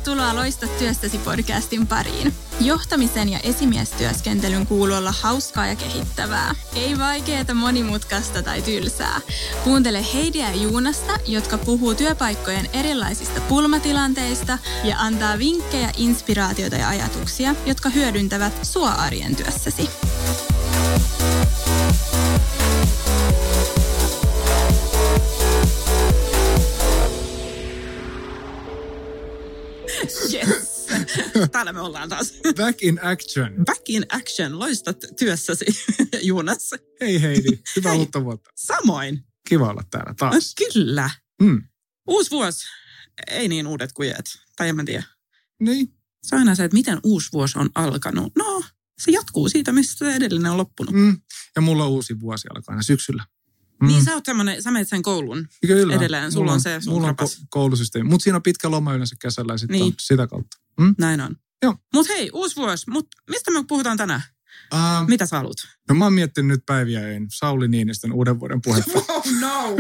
Tervetuloa Loista työstäsi podcastin pariin. Johtamisen ja esimiestyöskentelyn kuuluu olla hauskaa ja kehittävää. Ei vaikeeta, monimutkaista tai tylsää. Kuuntele Heidiä ja Juunasta, jotka puhuu työpaikkojen erilaisista pulmatilanteista ja antaa vinkkejä, inspiraatioita ja ajatuksia, jotka hyödyntävät sua arjen työssäsi. Yes. Täällä me ollaan taas. Back in action. Back in action. Loistat työssäsi, Juunas. Hei Heidi, hyvää uutta vuotta. Samoin. Kiva olla täällä taas. Kyllä. Uusi vuosi. Ei niin uudet kuin jäät. Tai en mä tiedä. Niin. Se on aina se, että miten uusi vuosi on alkanut. No, se jatkuu siitä, mistä se edellinen on loppunut. Ja mulla on uusi vuosi alkaa aina syksyllä. Niin sä menet sen koulun edelleen. Sulla on se sun mulla on koulusysteemi. Mutta siinä on pitkä loma yleensä kesällä ja sitten on sitä kautta. Näin on. Joo. Mutta hei, uusi vuosi. Mistä me puhutaan tänään? Mitä sä haluat? No mä oon miettinyt nyt päiviä Sauli Niinistön uuden vuoden puhetta. Oh no!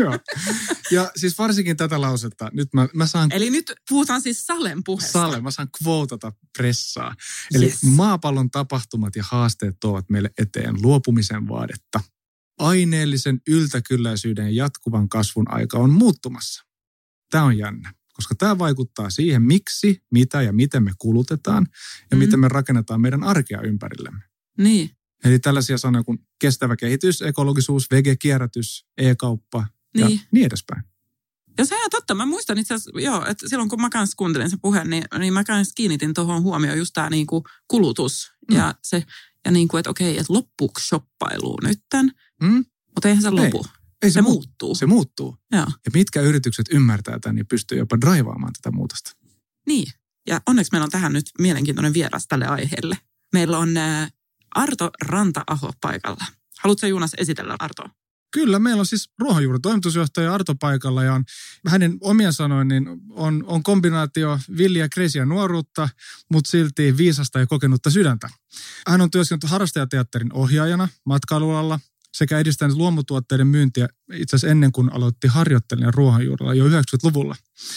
Ja siis varsinkin tätä lausetta. Nyt mä saan... Eli nyt puhutaan siis Salen puheesta. Mä saan kvootata pressaa. Eli maapallon tapahtumat ja haasteet tuovat meille eteen luopumisen vaadetta. Aineellisen yltäkylläisyyden ja jatkuvan kasvun aika on muuttumassa. Tämä on jännä, koska tämä vaikuttaa siihen, miksi, mitä ja miten me kulutetaan ja miten me rakennetaan meidän arkea ympärillemme. Niin. Eli tällaisia sanoja kuin kestävä kehitys, ekologisuus, vege-kierrätys, e-kauppa ja niin edespäin. Ja se on totta. Mä muistan itse asiassa, että silloin kun mä kanssa kuuntelin sen puheen, niin mä kanssa kiinnitin tuohon huomioon just tämä niinku kulutus ja se, ja niinku, että okei, että loppuuko shoppailu nytten? Mutta eihän se lopu. Ei se muuttuu. Se muuttuu. Joo. Ja mitkä yritykset ymmärtää tämän ja pystyy jopa draivaamaan tätä muutosta. Niin. Ja onneksi meillä on tähän nyt mielenkiintoinen vieras tälle aiheelle. Meillä on Arto Ranta-aho paikalla. Haluatko Juunas esitellä Artoa? Kyllä, meillä on siis ruohonjuuritoimitusjohtaja Arto paikalla ja hänen omia sanoin niin on kombinaatio villiä, kreisiä nuoruutta, mutta silti viisasta ja kokenutta sydäntä. Hän on työskennellyt harrastajateatterin ohjaajana matkailualalla sekä edistänyt luomutuotteiden myyntiä itse asiassa ennen kuin aloitti harjoittelijan ruohonjuurella jo 90-luvulla.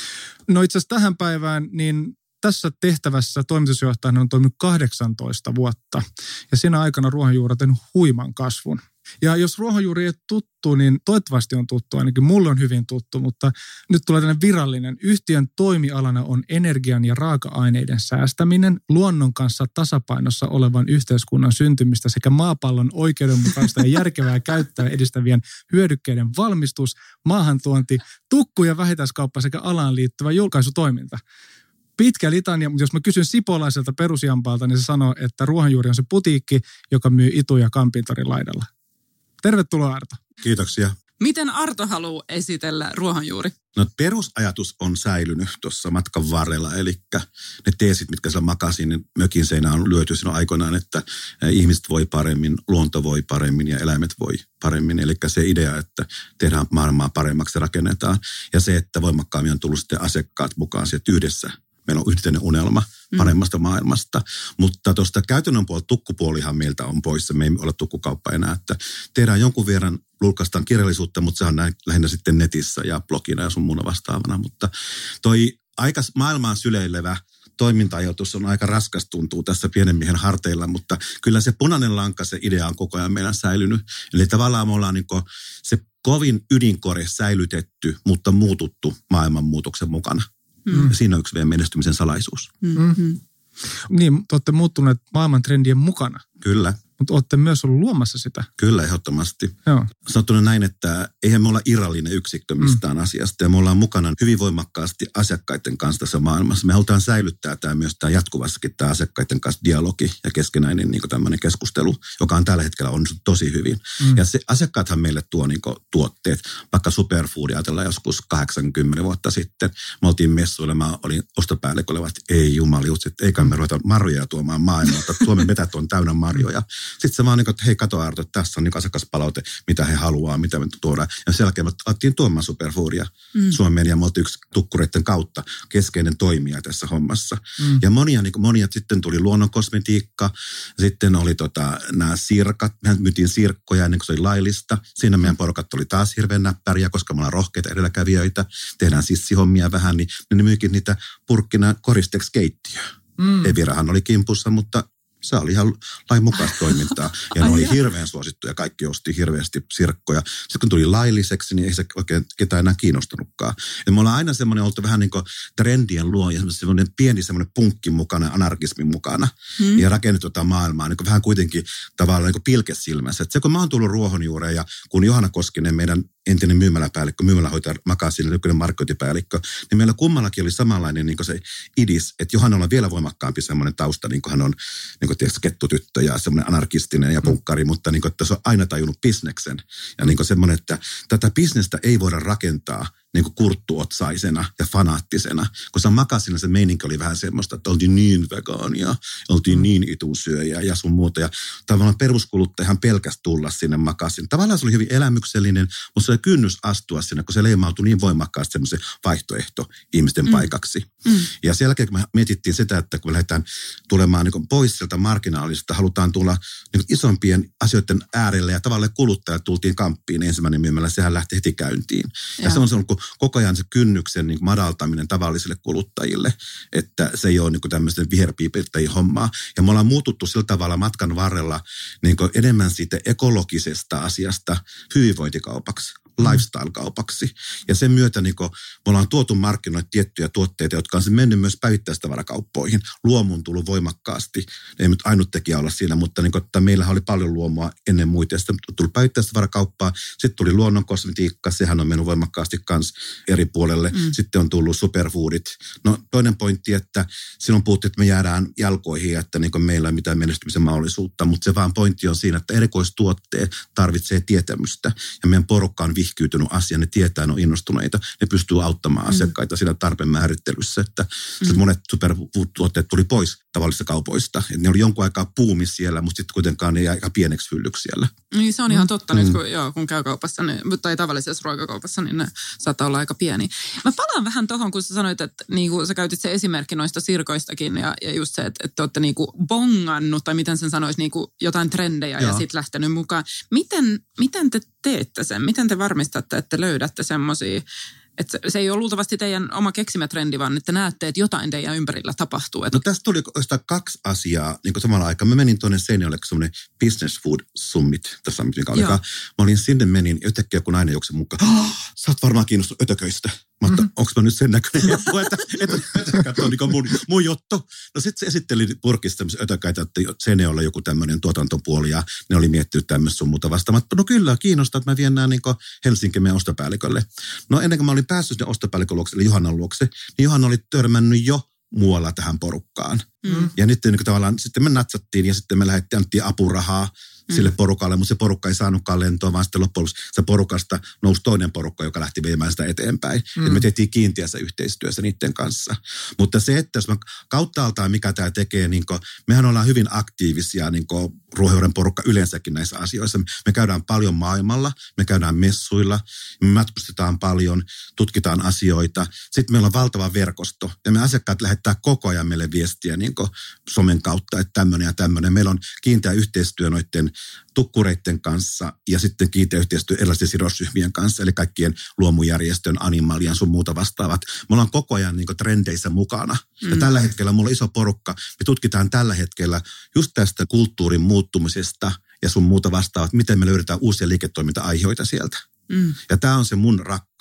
No itse asiassa tähän päivään niin tässä tehtävässä toimitusjohtajana on toiminut 18 vuotta ja siinä aikana ruohonjuuri on tehnyt huiman kasvun. Ja jos ruohonjuuri ei ole tuttu, niin toivottavasti on tuttu, ainakin mulle on hyvin tuttu, mutta nyt tulee tällainen virallinen. Yhtiön toimialana on energian ja raaka-aineiden säästäminen, luonnon kanssa tasapainossa olevan yhteiskunnan syntymistä sekä maapallon oikeudenmukaista ja järkevää käyttöä edistävien hyödykkeiden valmistus, maahantuonti, tukku- ja vähittäiskauppa sekä alaan liittyvä julkaisutoiminta. Pitkä litania, mutta jos mä kysyn sipolaiselta perusjampaalta, niin se sanoo, että ruohonjuuri on se putiikki, joka myy ituja Kampintorin laidalla. Tervetuloa Arto. Kiitoksia. Miten Arto haluaa esitellä ruohonjuuri? No perusajatus on säilynyt tuossa matkan varrella, eli ne teesit, mitkä siellä makasin, niin mökin seinä on lyöty silloin aikoinaan, että ihmiset voi paremmin, luonto voi paremmin ja eläimet voi paremmin. Eli se idea, että tehdään maailmaa paremmaksi ja rakennetaan. Ja se, että voimakkaammin on tullut sitten asiakkaat mukaan sieltä yhdessä. Meillä on yhteinen unelma paremmasta maailmasta, mutta tuosta käytännön puolelta tukkupuolihan meiltä on poissa. Me ei ole tukkukauppa enää, että tehdään jonkun verran, julkaistaan kirjallisuutta, mutta se on lähinnä sitten netissä ja blogina ja sun muuna vastaavana. Mutta toi aika maailmaan syleilevä toiminta-ajoitus on aika raskas, tuntuu tässä pienen miehen harteilla, mutta kyllä se punainen lanka, se idea on koko ajan meillä säilynyt. Eli tavallaan me ollaan niin se kovin ydinkore säilytetty, mutta muututtu maailmanmuutoksen mukana. Siinä on yksi meidän menestymisen salaisuus. Niin, te olette muuttuneet maailman trendien mukana. Kyllä. Mutta olette myös ollut luomassa sitä. Kyllä, ehdottomasti. Joo. Sanottuna näin, että eihän me olla irrallinen yksikkö mistään asiasta. Ja me ollaan mukana hyvin voimakkaasti asiakkaiden kanssa tässä maailmassa. Me halutaan säilyttää tämä jatkuvassakin tämä asiakkaiden kanssa dialogi ja keskenäinen niin tämmöinen keskustelu, joka on tällä hetkellä onnistunut tosi hyvin. Ja se asiakkaathan meille tuo niin tuotteet. Vaikka Superfood ajatellaan joskus 80 vuotta sitten. Me oltiin messuilla, mä olin ostopäälliköllä, että ei jumaliutsi, eikä me ruveta marjoja tuomaan maailmalta. Suomen metät on täynnä marjoja. Sitten se vaan niin kuin, että hei kato Arto, tässä on niin asiakaspalaute, mitä he haluaa, mitä me tuodaan. Ja sen jälkeen me alettiin tuomaan Superfoodia Suomeen ja me oltiin yksi tukkureiden kautta keskeinen toimija tässä hommassa. Ja monia sitten tuli luonnonkosmetiikka, sitten oli nämä sirkat, mehän myytiin sirkkoja ennen kuin se oli laillista. Siinä meidän porukat oli taas hirveän näppäriä, koska me ollaan rohkeita edelläkävijöitä, tehdään sissihommia vähän, niin ne myykin niitä purkkina koristeeksi keittiöön. Evirahan oli kimpussa, mutta se oli ihan lainmukaista toimintaa. Ja ne oli hirveän suosittuja. Kaikki osti hirveästi sirkkoja. Sitten kun tuli lailliseksi, niin ei se oikein ketään enää kiinnostanutkaan. Ja me ollaan aina semmoinen oltu vähän niin kuin trendien luoja, semmoinen pieni semmoinen punkki mukana, anarkismin mukana. Ja rakennettu maailmaa niin kuin vähän kuitenkin tavallaan niin kuin pilkesilmässä. Että se kun mä oon tullut ruohonjuureen ja kun Johanna Koskinen, meidän entinen myymäläpäällikkö, myymälähoitaja Makasinen, nykyinen markkinointipäällikkö, niin meillä kummallakin oli samanlainen niin kuin se idis, että Johanna on vielä voimakkaampi semmoinen tausta, niin kuin hän on niin kuin tietysti kettutyttö ja semmoinen anarkistinen ja punkkari, mutta niin kuin, että se on aina tajunnut bisneksen. Ja niin kuin semmoinen, että tätä bisnestä ei voida rakentaa niin kuin kurttuotsaisena ja fanaattisena. Kun se Makasina se meininki oli vähän semmoista, että oltiin niin vegaania, oltiin niin itusyöjä ja sun muuta. Ja tavallaan peruskuluttajahan pelkästään tulla sinne Makasin. Tavallaan se oli hyvin elämyksellinen, mutta se oli kynnys astua sinne, kun se leimautui niin voimakkaasti semmoisen vaihtoehto ihmisten paikaksi. Ja sen jälkeen, kun me mietittiin sitä, että kun me lähdetään tulemaan niin kuin pois sieltä marginaalista, halutaan tulla niin kuin isompien asioiden äärelle ja tavallaan kuluttajat tultiin kamppiin ensimmäinen myymälä, sehän lähti heti käyntiin. Ja se on se koko ajan se kynnyksen niin madaltaminen tavallisille kuluttajille, että se ei ole niin tämmöisten viherpiipirtäjien hommaa. Ja me ollaan muututtu sillä tavalla matkan varrella niin enemmän siitä ekologisesta asiasta hyvinvointikaupaksi, lifestyle-kaupaksi. Ja sen myötä niin me ollaan tuotu markkinoille tiettyjä tuotteita, jotka on mennyt myös päivittäistavarakauppoihin. Luomu on tullut voimakkaasti, ei nyt ainut tekijä olla siinä, mutta niin että meillähän oli paljon luomua ennen muita. Ja sitten tuli päivittäistavarakauppaa, sitten tuli luonnonkosmetiikka, sehän on mennyt voimakkaasti kans eri puolelle. Sitten on tullut superfoodit. No toinen pointti, että silloin puhuttiin, että me jäädään jalkoihin, että niin meillä ei ole mitään menestymisen mahdollisuutta, mutta se vaan pointti on siinä, että erikoistuotteet tarvitsee tietämystä ja meidän porukka on vihkyytynyt asia, ne tietää, ne on innostuneita, ne pystyy auttamaan asiakkaita siinä tarpeen määrittelyssä, että monet superfood-tuotteet tuli pois tavallisista kaupoista. Et ne oli jonkun aikaa buumi siellä, mutta sitten kuitenkaan ne jäi aika pieneksi hyllyksi siellä. Niin se on ihan totta nyt, kun käy kaupassa, tai tavallisessa ruokakaupassa, niin ne saattaa olla aika pieni. Mä palaan vähän tohon, kun sä sanoit, että niinku, sä käytit se esimerkki noista sirkoistakin ja just se, että te olette niinku bongannut, tai miten sen sanoisi, niinku jotain trendejä ja sitten lähtenyt mukaan. Miten te teette sen? Miten te varmistatte, että löydätte semmoisia, että se ei ole luultavasti teidän oma keksimätrendi, vaan että näette, että jotain teidän ympärillä tapahtuu. No tästä tuli oikeastaan 2 asiaa niin samalla aikaa. Mä menin tuonne Seinäjoelle semmoinen Business Food Summit, tässä mikä olikaan. Mä olin sinne menin, yhtäkkiä kun aina juoksen mukaan, sä oot varmaan kiinnostunut ötököistä. Mä oon, onko mä nyt sen näköinen joku, että on niin mun juttu. No sitten se esitteli purkista tämmöisiä ötökäitä, että Seinäjoella joku tämmöinen tuotantopuoli ja ne oli miettinyt tämmöistä sun muuta vastaan. No kyllä, kiinnostaa, että mä vien nämä niin Helsingin meidän ostopäällikölle. No ennen kuin mä olin päässyt sinne ostopäällikön luokse, eli Johannan luokse, niin Johanna oli törmännyt jo muualla tähän porukkaan. Ja nyt niin tavallaan sitten me natsattiin ja sitten me annettiin apurahaa sille porukalle, mutta se porukka ei saanutkaan lentoa, vaan sitten loppujen lopuksi se porukasta nousi toinen porukka, joka lähti viemään sitä eteenpäin. Et me tehtiin kiinteässä yhteistyössä niiden kanssa. Mutta se, että jos mä kauttaaltaan mikä tämä tekee, niin mehän ollaan hyvin aktiivisia niin ruohonjuuren porukka yleensäkin näissä asioissa. Me käydään paljon maailmalla, me käydään messuilla, me matkustetaan paljon, tutkitaan asioita. Sitten meillä on valtava verkosto ja me asiakkaat lähettää koko ajan meille viestiä niin somen kautta, että tämmöinen ja tämmöinen. Meillä on kiinteä yhteistyö noiden tukkureiden kanssa ja sitten kiinteä yhteistyö erilaisten sidosryhmien kanssa, eli kaikkien luomujärjestön, Animalian, sun muuta vastaavat. Me ollaan koko ajan niin trendeissä mukana. Ja tällä hetkellä mulla on iso porukka. Me tutkitaan tällä hetkellä just tästä kulttuurin muuttumisesta ja sun muuta vastaavat, miten me löydetään uusia liiketoiminta-aiheita sieltä. Ja tämä on se mun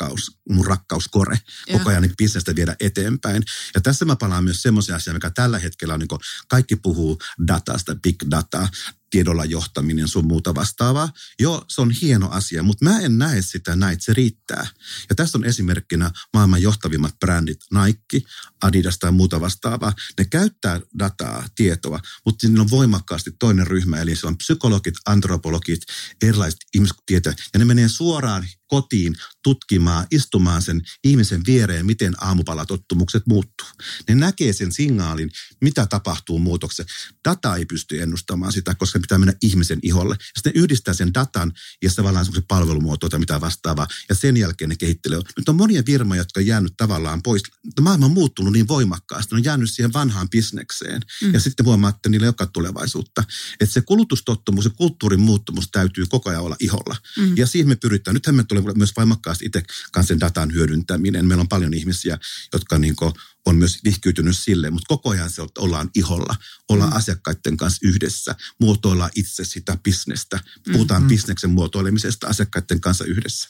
rakkauskore, koko ajan niin bisnestä viedä eteenpäin. Ja tässä mä palaan myös semmoisia asioita, mikä tällä hetkellä on, niin kaikki puhuu datasta, big data, tiedolla johtaminen, sun muuta vastaavaa. Joo, se on hieno asia, mutta mä en näe sitä näin, se riittää. Ja tässä on esimerkkinä maailman johtavimmat brändit, Nike, Adidas tai muuta vastaavaa. Ne käyttää dataa, tietoa, mutta siinä on voimakkaasti toinen ryhmä, eli se on psykologit, antropologit, erilaiset ihmistieteet, ja ne menee suoraan kotiin tutkimaan, istumaan sen ihmisen viereen, miten aamupalatottumukset muuttuu. Ne näkee sen signaalin, mitä tapahtuu muutoksessa. Data ei pysty ennustamaan sitä, koska pitää mennä ihmisen iholle. Ja sitten yhdistää sen datan ja tavallaan semmoisen palvelumuotoa tai mitä vastaavaa. Ja sen jälkeen ne kehittelee. Nyt on monia firmoja, jotka on jäänyt tavallaan pois. Maailma on muuttunut niin voimakkaasti. Ne on jäänyt siihen vanhaan bisnekseen. Ja sitten huomaa, että niillä ei olekaan tulevaisuutta. Että se kulutustottumus ja kulttuurin muuttumus täytyy koko ajan olla iholla. Ja siihen me pyritään. Nythän me tulee myös voimakkaasti itse kanssa sen datan hyödyntäminen. Meillä on paljon ihmisiä, jotka on myös vihkyytynyt sille, mutta koko ajan se ollaan iholla. Ollaan asiakkaiden kanssa yhdessä. Muotoillaan itse sitä bisnestä. Puhutaan bisneksen muotoilemisesta asiakkaiden kanssa yhdessä.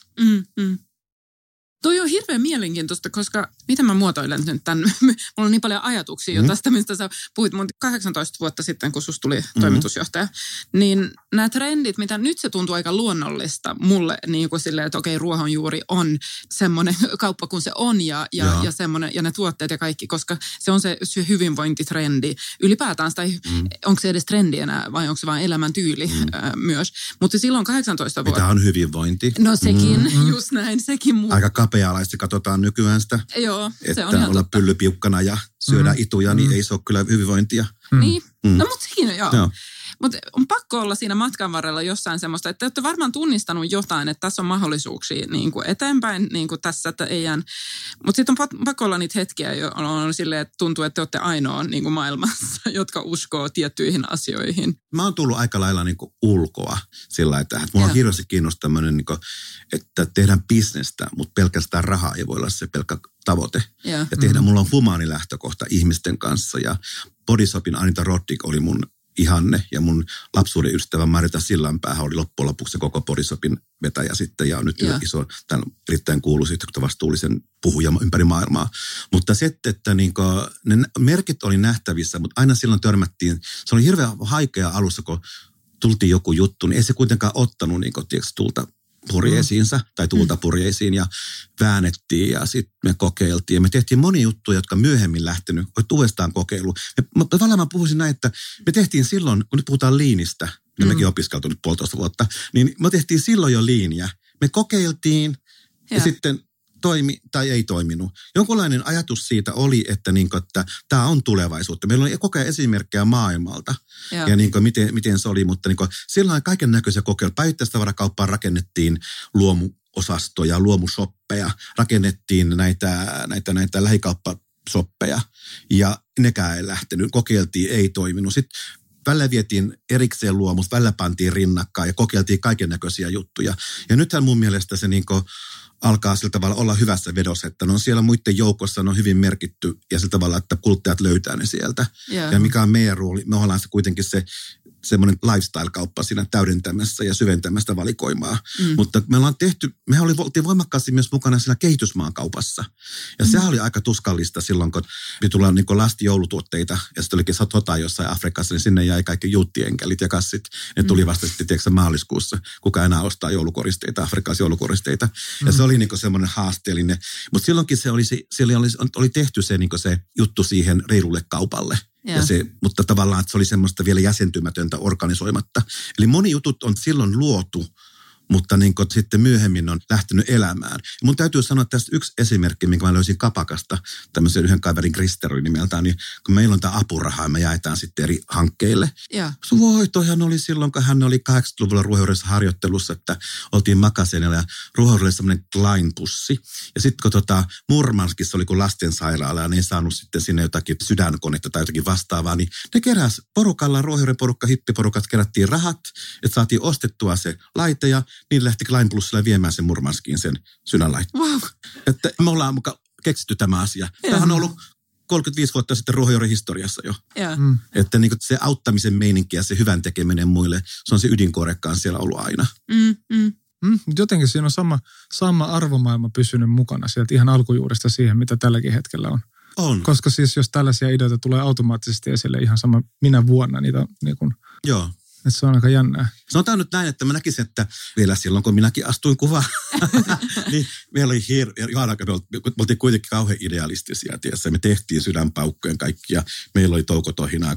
Toi on hirveän mielenkiintoista, koska miten mä muotoilen nyt tämän? Mulla on niin paljon ajatuksia jo tästä, mistä sä puhuit. Mun 18 vuotta sitten, kun susta tuli toimitusjohtaja, niin nämä trendit, mitä nyt se tuntuu aika luonnollista mulle, niin kuin silleen, että okei, ruohonjuuri on semmoinen kauppa kuin se on ja semmoinen, ja ne tuotteet ja kaikki, koska se on se hyvinvointitrendi ylipäätään, tai onko se edes trendi enää, vai onko se vain elämäntyyli myös. Mutta silloin 18 vuotta. Mitä on hyvinvointi? No sekin, just näin, sekin aika kapea-alaisesti katsotaan nykyään sitä. Joo, se että on ihan olla totta. pyllypiukkana ja syödä ituja, niin ei se ole kyllä hyvinvointia. Niin, no mutta sekin joo. Mutta on pakko olla siinä matkan varrella jossain semmoista, että te olette varmaan tunnistanut jotain, että tässä on mahdollisuuksia niin kuin eteenpäin niin kuin tässä, että ei jään. Mutta sitten on pakko olla niitä hetkiä, jolloin on silleen, että tuntuu, että te olette ainoa niin kuin maailmassa, jotka uskoo tiettyihin asioihin. Mä oon tullut aika lailla niin kuin ulkoa sillä lailla, että mulla on hirveästi kiinnostunut tämmöinen, niin kuin, että tehdään bisnestä, mutta pelkästään rahaa ei voi olla se pelkkä tavoite. Ja tehdään, mulla on humaani lähtökohta ihmisten kanssa ja Bodyshopin Anita Roddick oli mun ihanne ja mun lapsuuden ystävä Marita Sillanpäähän oli loppujen lopuksi se koko Bodyshopin vetäjä sitten ja on nyt iso, tämän erittäin kuuluisa vastuullisen puhuja ympäri maailmaa. Mutta se, että ne merkit oli nähtävissä, mutta aina silloin törmättiin, se oli hirveän haikea alussa, kun tultiin joku juttu, niin ei se kuitenkaan ottanut tulta purjeisiinsa tai tuulta purjeisiin ja väännettiin ja sitten me kokeiltiin. Ja me tehtiin monia juttuja, jotka myöhemmin lähtenyt, uudestaan kokeilu. Tavallaan mä puhuisin näin, että me tehtiin silloin, kun nyt puhutaan liinistä, ja mekin opiskeltu nyt 1,5 vuotta, niin me tehtiin silloin jo liiniä. Me kokeiltiin ja sitten toimi tai ei toiminut. Jonkunlainen ajatus siitä oli, että tämä on tulevaisuutta. Meillä oli koko ajan esimerkkejä maailmalta ja miten se oli, mutta silloin kaiken näköisiä kokeiluja. Päivittäistavarakauppaan rakennettiin luomuosastoja, luomushoppeja, rakennettiin näitä lähikauppashoppeja ja nekään ei lähtenyt. Kokeiltiin, ei toiminut. Sitten välillä vietiin erikseen luomusta, välillä pantiin rinnakkain ja kokeiltiin kaiken näköisiä juttuja. Ja nythän mun mielestä se alkaa sillä tavalla olla hyvässä vedossa, että ne on siellä muiden joukossa, ne on hyvin merkitty ja sillä tavalla, että kuluttajat löytää ne sieltä. Ja mikä on meidän rooli, me ollaan se kuitenkin semmoinen lifestyle-kauppa siinä täydentämässä ja syventämässä valikoimaa. Mutta mehän oltiin voimakkaasti myös mukana siinä kehitysmaan kaupassa. Ja sehän oli aika tuskallista silloin, kun me tullaan lasti joulutuotteita ja sitten olikin sota jossain Afrikassa, niin sinne jäi kaikki juuttienkelit ja kassit. Ne tuli vasta sitten maaliskuussa, kuka enää ostaa joulukoristeita, afrikkalaisia joulukoristeita. Ja se oli semmoinen haasteellinen. Mutta silloinkin oli tehty se juttu siihen reilulle kaupalle. Mutta tavallaan että se oli semmoista vielä jäsentymätöntä organisoimatta. Eli moni jutut on silloin luotu, mutta sitten myöhemmin on lähtenyt elämään. Ja mun täytyy sanoa tästä yksi esimerkki, minkä mä löysin Kapakasta, tämmöisen yhden kaverin Kristeryn nimeltään, niin kun meillä on tämä apuraha ja me jaetaan sitten eri hankkeille. Voi, toihan oli silloin, kun hän oli 80-luvulla Ruohonjuuressa harjoittelussa, että oltiin Makasenilla ja Ruohonjuurella semmoinen Klein-pussi. Ja sitten kun Murmanskissa oli kuin lastensairaala ja ne ei saanut sitten sinne jotakin sydänkonetta tai jotakin vastaavaa, niin ne keräs porukalla, Ruohonjuuren porukka, hippiporukat kerättiin rahat, että saatiin ostettua se laite ja niin lähti Klein Plusilla viemään sen Murmanskiin sen sydänlaitteen. Wow. Että me ollaan muka keksitty tämä asia. Tämä on ollut 35 vuotta sitten Ruohonjuuren historiassa jo. Että se auttamisen meininki ja se hyvän tekeminen muille, se on se ydinkorekaan siellä ollut aina. Jotenkin siinä on sama arvomaailma pysynyt mukana sieltä ihan alkujuuresta siihen, mitä tälläkin hetkellä on. On. Koska siis jos tällaisia ideoita tulee automaattisesti esille ihan sama minä vuonna, niitä Joo. Että se on aika jännää. Sanotaan nyt näin, että mä näkisin, että vielä silloin, kun minäkin astuin kuvaan, niin meillä oli me oltiin kuitenkin kauhean idealistisia. Tiedätkö? Me tehtiin sydänpaukkojen kaikki ja meillä oli toukotohinaa, kun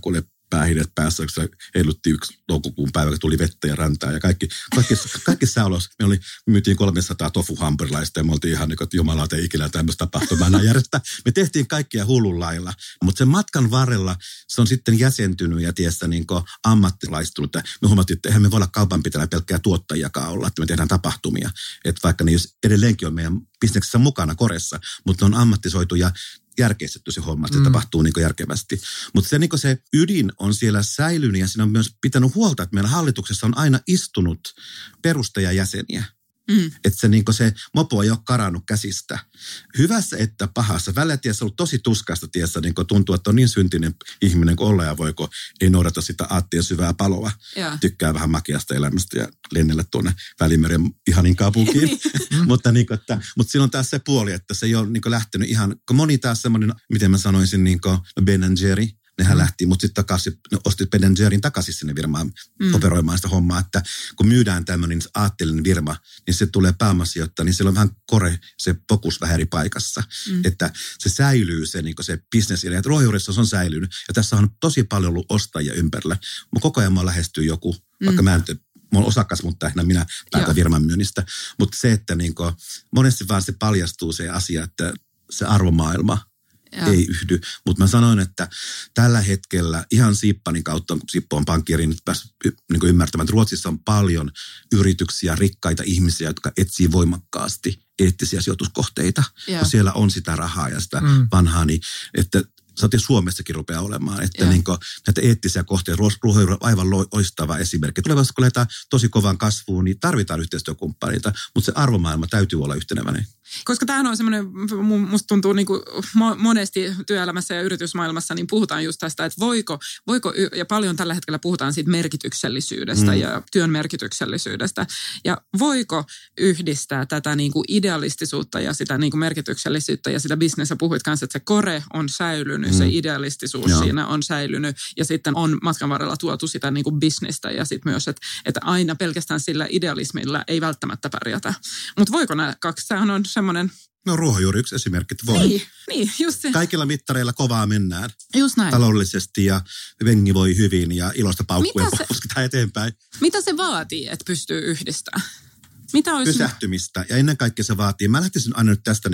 päähineet päässä, kun se heilutti yksi toukokuun päivä, kun tuli vettä ja räntää ja kaikki sääolossa. Me myytiin 300 tofu-hampurilaista ja me oltiin ihan niin kuin, että jumalauta ei ikinä tämmöistä tapahtumaa järjestää. Me tehtiin kaikkia hullun lailla, mutta sen matkan varrella se on sitten jäsentynyt ja tiessä niin kuin ammattilaistunut. Me huomattiin, että eihän me voi olla kaupanpitäjänä pelkkää tuottajakaan olla, että me tehdään tapahtumia. Että vaikka ne jos edelleenkin on meidän bisneksessä mukana koressa, mutta ne on ammattisoitu ja järkeistetty se homma, että se tapahtuu niin järkevästi. Mutta se, niin se ydin on siellä säilynyt ja siinä on myös pitänyt huolta, että meillä hallituksessa on aina istunut perustajajäseniä. Että se, niin se mopo ei ole karannut käsistä. Hyvässä että pahassa. Välillä tiessä on ollut tosi tuskasta tiessä, niin tuntuu, että on niin syntinen ihminen kuin olla ja voiko ei noudata sitä aattien syvää paloa. Tykkää vähän makeasta elämästä ja lennellä tuonne Välimeren ihanin kaupunkiin. mutta siinä on taas se puoli, että se ei ole niin lähtenyt ihan, kun moni taas semmoinen, miten mä sanoisin, niin Ben & Jerry, nehän lähti, mutta sitten takaisin, ne osti Ben & Jerryn takaisin sinne firmaan operoimaan sitä hommaa, että kun myydään tämmöinen aatteellinen firma, niin se tulee pääomasijoittaa, niin siellä on vähän se fokus vähän eri paikassa, että se säilyy se, niin se business, ja ruohonjuurissa se on säilynyt, ja tässä on tosi paljon ollut ostajia ympärillä. Koko ajan lähestyy joku, vaikka mä olen osakas, mutta minä päätän firman myynnistä, mutta se, että monesti vaan se paljastuu se asia, että se arvomaailma ei yhdy. Mutta mä sanoin, että tällä hetkellä ihan Sippanin kautta, kun Sippo on pankkiiri, nyt päässyt ymmärtämään, että Ruotsissa on paljon yrityksiä, rikkaita ihmisiä, jotka etsii voimakkaasti eettisiä sijoituskohteita. Ja siellä on sitä rahaa ja sitä vanhaa, niin että saatiin Suomessakin rupeaa olemaan, että näitä eettisiä kohteita, ruohonjuuri on aivan loistava esimerkki. Tulevaisuudessa, kun lähdetään tosi kovaan kasvuun, niin tarvitaan yhteistyökumppaneita, mutta se arvomaailma täytyy olla yhteneväinen. Koska tämähän on semmoinen, musta tuntuu niin kuin monesti työelämässä ja yritysmaailmassa, niin puhutaan just tästä, että voiko ja paljon tällä hetkellä puhutaan siitä merkityksellisyydestä ja työn merkityksellisyydestä. Ja voiko yhdistää tätä niin kuin idealistisuutta ja sitä niin kuin merkityksellisyyttä ja sitä bisnestä puhuit kanssa, että se core on säilynyt, se idealistisuus siinä on säilynyt ja sitten on matkan varrella tuotu sitä niin kuin bisnestä ja sitten myös, että aina pelkästään sillä idealismilla ei välttämättä pärjätä. Mutta voiko nämä kaksi, sehän on semmoinen. No ruohonjuuri yksi esimerkki, että voi. Niin, just se. Kaikilla mittareilla kovaa mennään. Just näin. Taloudellisesti ja vengi voi hyvin ja ilosta paukkuen pusketaan eteenpäin. Mitä se vaatii, että pystyy yhdistämään? Mitä olisi? Pysähtymistä ja ennen kaikkea se vaatii. Mä lähtisin aina nyt tästä,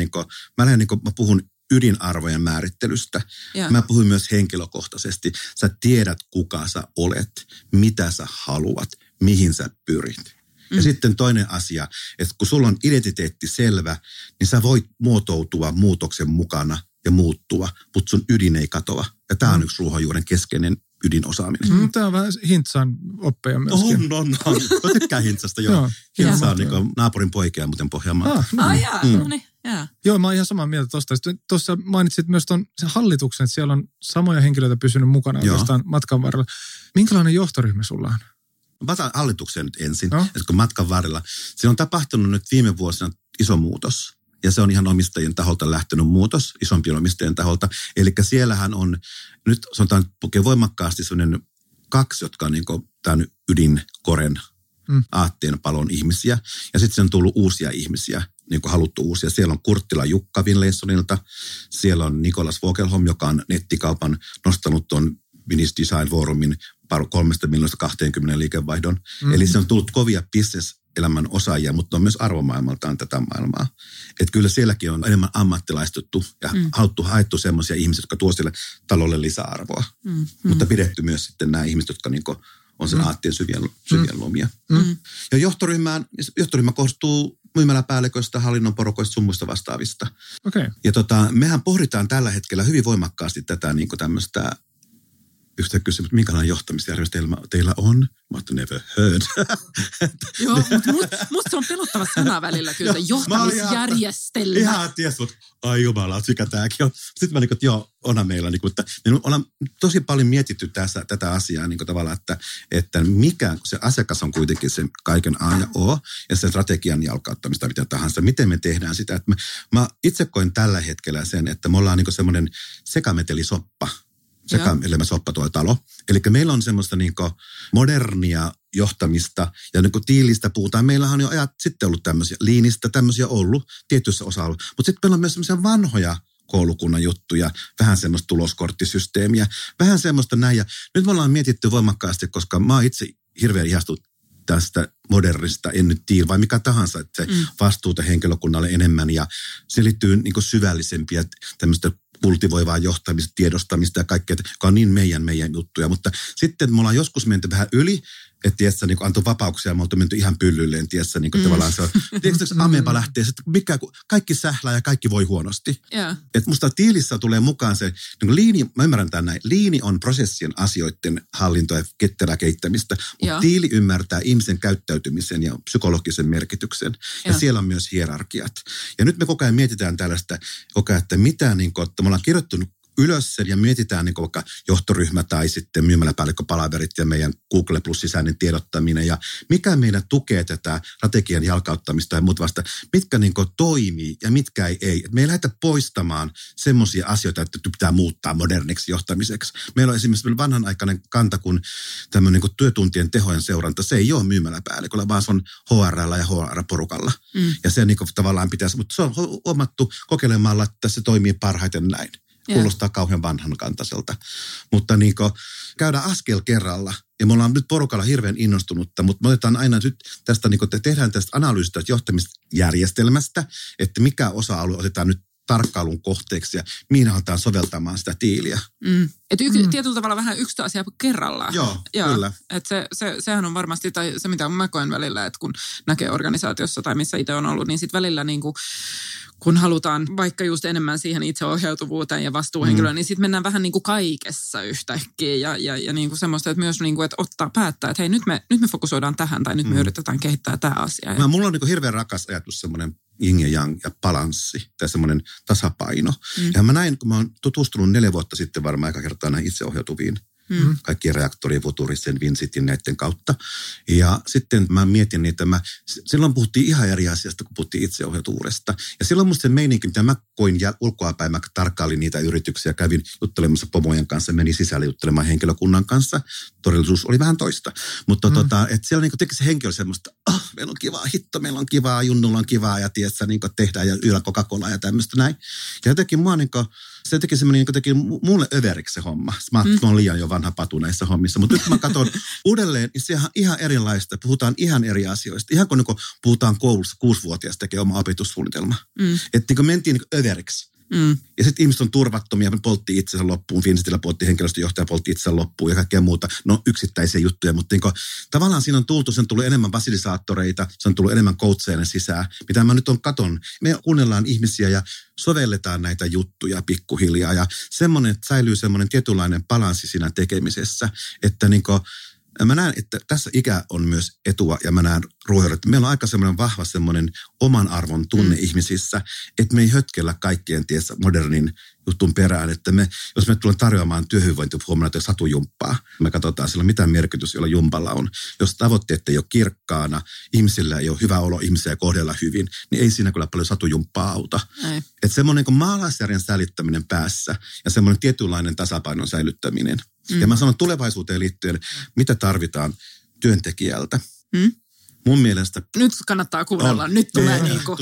mä puhun ydinarvojen määrittelystä. Mä puhuin myös henkilökohtaisesti. Sä tiedät, kuka sä olet, mitä sä haluat, mihin sä pyrit. Ja sitten toinen asia, että kun sulla on identiteetti selvä, niin sä voit muotoutua muutoksen mukana ja muuttua, mutta sun ydin ei katoa. Ja tämä on yksi ruohonjuuren keskeinen ydinosaaminen. Tämä on vähän Hintsan oppeja myöskin. On. Mä tykkään Hintsasta, joo. Hintsa on niin naapurin poikia, muuten Pohjanmaa. Joo, mä oon ihan samaa mieltä tuosta. Tuossa mainitsit myös sen hallituksen, että siellä on samoja henkilöitä pysynyt mukana oikeastaan matkan varrella. Minkälainen johtoryhmä sulla on? Mä otan hallitukseen nyt ensin, että kun matkan varrella. Siinä on tapahtunut nyt viime vuosina iso muutos. Ja se on ihan omistajien taholta lähtenyt muutos, isompien omistajien taholta. Eli siellähän on, nyt sanotaan, pukee voimakkaasti sellainen 2, jotka on niin kuin tämän ydinkoren aatteen palon ihmisiä. Ja sitten se on tullut uusia ihmisiä, niin kuin haluttu uusia. Siellä on Kurttila Jukka Finlaysonilta. Siellä on Nikolas Fogelholm, joka on nettikaupan nostanut tuon Finnish Design Forumin 3 miljoonasta 20 liikevaihdon. Eli se on tullut kovia business-elämän osaajia, mutta on myös arvomaailmaltaan tätä maailmaa. Että kyllä sielläkin on enemmän ammattilaistuttu ja haettu semmoisia ihmisiä, jotka tuo sille talolle lisäarvoa. Mutta pidetty myös sitten nämä ihmiset, jotka niinku on sen aattien syvien luomia. Ja johtoryhmä koostuu myymäläpäälliköistä, hallinnon porukoista, sun muista vastaavista. Okay. Ja mehän pohditaan tällä hetkellä hyvin voimakkaasti tätä niinku tämmöistä yhtä kysymys, minkälainen johtamisjärjestelmä teillä on? Mä oon never heard. Joo, mutta musta se on pelottava sana välillä kyllä, johtamisjärjestelmä. Ihan ties, mutta ai jumala, mikä tääkin on. Sitten mä että onhan meillä, että me ollaan tosi paljon mietitty tätä asiaa tavallaan, että mikä, se asiakas on kuitenkin se kaiken A ja O, ja sen strategian jalkauttamista mitä tahansa. Miten me tehdään sitä? Että mä itse koen tällä hetkellä sen, että me ollaan semmoinen sekametelisoppa. Soppa tuo talo. Eli meillä on semmoista modernia johtamista ja tiilistä puhutaan. Meillähän on jo ajat sitten ollut tämmöisiä, liinistä tämmöisiä ollut tietyissä osa-alueilla. Mutta sitten meillä on myös semmoisia vanhoja koulukunnan juttuja, vähän semmoista tuloskorttisysteemiä, vähän semmoista näin. Ja nyt me ollaan mietitty voimakkaasti, koska mä oon itse hirveän ihastunut tästä modernista, en nyt tiedä, vai mikä tahansa, että se vastuuta henkilökunnalle enemmän ja se liittyy niin kuin syvällisempiä tämmöistä kultivoivaa johtamista, tiedostamista ja kaikkea, joka on niin meidän juttuja. Mutta sitten me ollaan joskus menty vähän yli, että tiedätkö, niin antoi vapauksia ja me ollaan menty ihan pyllylleen, tiedätkö, niin tavallaan se on, tiedätkö, ameba lähtee, että kaikki sählää ja kaikki voi huonosti. Yeah. Että musta tiilissä tulee mukaan se, niin liini, mä ymmärrän tämän näin, liini on prosessien asioiden hallintoa ja ketterää kehittämistä, mutta tiili ymmärtää ihmisen käyttäytymisen ja psykologisen merkityksen. Ja siellä on myös hierarkiat. Ja nyt me koko ajan mietitään tällaista, että mitä, niin kuin, että me ollaan kirjoittanut ylös sen ja mietitään niin vaikka johtoryhmä tai sitten myymäläpäällikköpalaverit ja meidän Google Plus sisäinen tiedottaminen ja mikä meidän tukee tätä strategian jalkauttamista ja muut vasta, mitkä niin toimii ja mitkä ei. Me ei lähdetä poistamaan semmoisia asioita, että pitää muuttaa moderniksi johtamiseksi. Meillä on esimerkiksi vanhanaikainen kanta kuin tämmöinen niin työtuntien tehojen seuranta. Se ei ole myymäläpäälliköllä, vaan se on HR:llä ja HR-porukalla. Ja se niin tavallaan pitäisi, mutta se on huomattu kokeilemalla, että se toimii parhaiten näin. Kuulostaa kauhean vanhankantaiselta. Mutta niin käydään askel kerralla. Ja me ollaan nyt porukalla hirveän innostunutta, mutta me otetaan aina nyt tästä, niin kuin, tehdään tästä analyysistä johtamisjärjestelmästä, että mikä osa-alue otetaan nyt tarkkailun kohteeksi ja mihin aletaan soveltamaan sitä tiiliä. Että tietyllä tavalla vähän yksi asia kerrallaan. Joo, kyllä. Että sehän on varmasti, tai se mitä mä koen välillä, että kun näkee organisaatiossa tai missä itse on ollut, niin sitten välillä niin kuin, kun halutaan vaikka just enemmän siihen itseohjautuvuuteen ja vastuuhenkilöön, niin sitten mennään vähän niin kuin kaikessa yhtäkkiä ja niin kuin semmoista, että myös niin kuin, että päättää, että hei nyt me fokusoidaan tähän tai nyt me yritetään kehittää tämä asia. Mulla on niin kuin hirveän rakas ajatus semmoinen yin ja yang ja balanssi tai semmoinen tasapaino. Ja mä näin, kun mä oon tutustunut 4 vuotta sitten varmaan aika kertaa näihin itseohjautuviin kaikkien reaktorien, Futurisen, Vincitin näiden kautta. Ja sitten mä mietin niitä, silloin puhuttiin ihan eri asiasta, kun puhuttiin itseohjautuvuudesta. Ja silloin musta se meininki, mitä mä koin ulkoapäin, mä tarkkailin niitä yrityksiä, kävin juttelemassa pomojen kanssa, menin sisälle juttelemaan henkilökunnan kanssa. Todellisuus oli vähän toista. Mutta että siellä niinku teki se henkilö semmoista, meillä on kivaa hitto, meillä on kivaa, junnulla on kivaa ja tiedätkö, niinku tehdään ja yöllä Coca-Cola ja tämmöistä näin. Ja jotenkin mua niinku, se teki semmoinen, niin teki mulle överiksi se homma. Mä oon liian jo vanha patu näissä hommissa. Mutta nyt mä katson uudelleen, niin se on ihan erilaista. Puhutaan ihan eri asioista. Ihan kun niin puhutaan koulussa 6-vuotias tekee oma opetussuunnitelma. Että niin mentiin niin överiksi. Ja sitten ihmiset on turvattomia, poltti itsensä loppuun, Vincitillä poltti henkilöstöjohtaja, poltti itsensä loppuun ja kaikkea muuta. No yksittäisiä juttuja, mutta niin tavallaan siinä on tullut, sen tullut enemmän fasilisaattoreita, se on tullut enemmän coacheja sisään. Mitä mä nyt on katon, me kuunnellaan ihmisiä ja sovelletaan näitä juttuja pikkuhiljaa ja semmoinen, että säilyy semmoinen tietynlainen balanssi siinä tekemisessä, että niin mä näen, että tässä ikä on myös etua ja mä näen ruohon, että meillä on aika semmoinen vahva semmoinen oman arvon tunne ihmisissä, että me ei hötkellä kaikkien tiessä modernin jutun perään, että jos me tullaan tarjoamaan työhyvinvointihuomenna satujumppaa, me katsotaan sillä mitä merkitys jolla jumpalla on. Jos tavoitteet ei ole kirkkaana, ihmisillä ei ole hyvä olo, ihmisiä ei kohdella hyvin, niin ei siinä kyllä paljon satujumppaa auta. Että semmoinen kuin maalaisjärjen säilyttäminen päässä ja semmoinen tietynlainen tasapainon säilyttäminen. Ja mä sanon tulevaisuuteen liittyen, mitä tarvitaan työntekijältä. Mun mielestä nyt kannattaa kuunnella, nyt tulee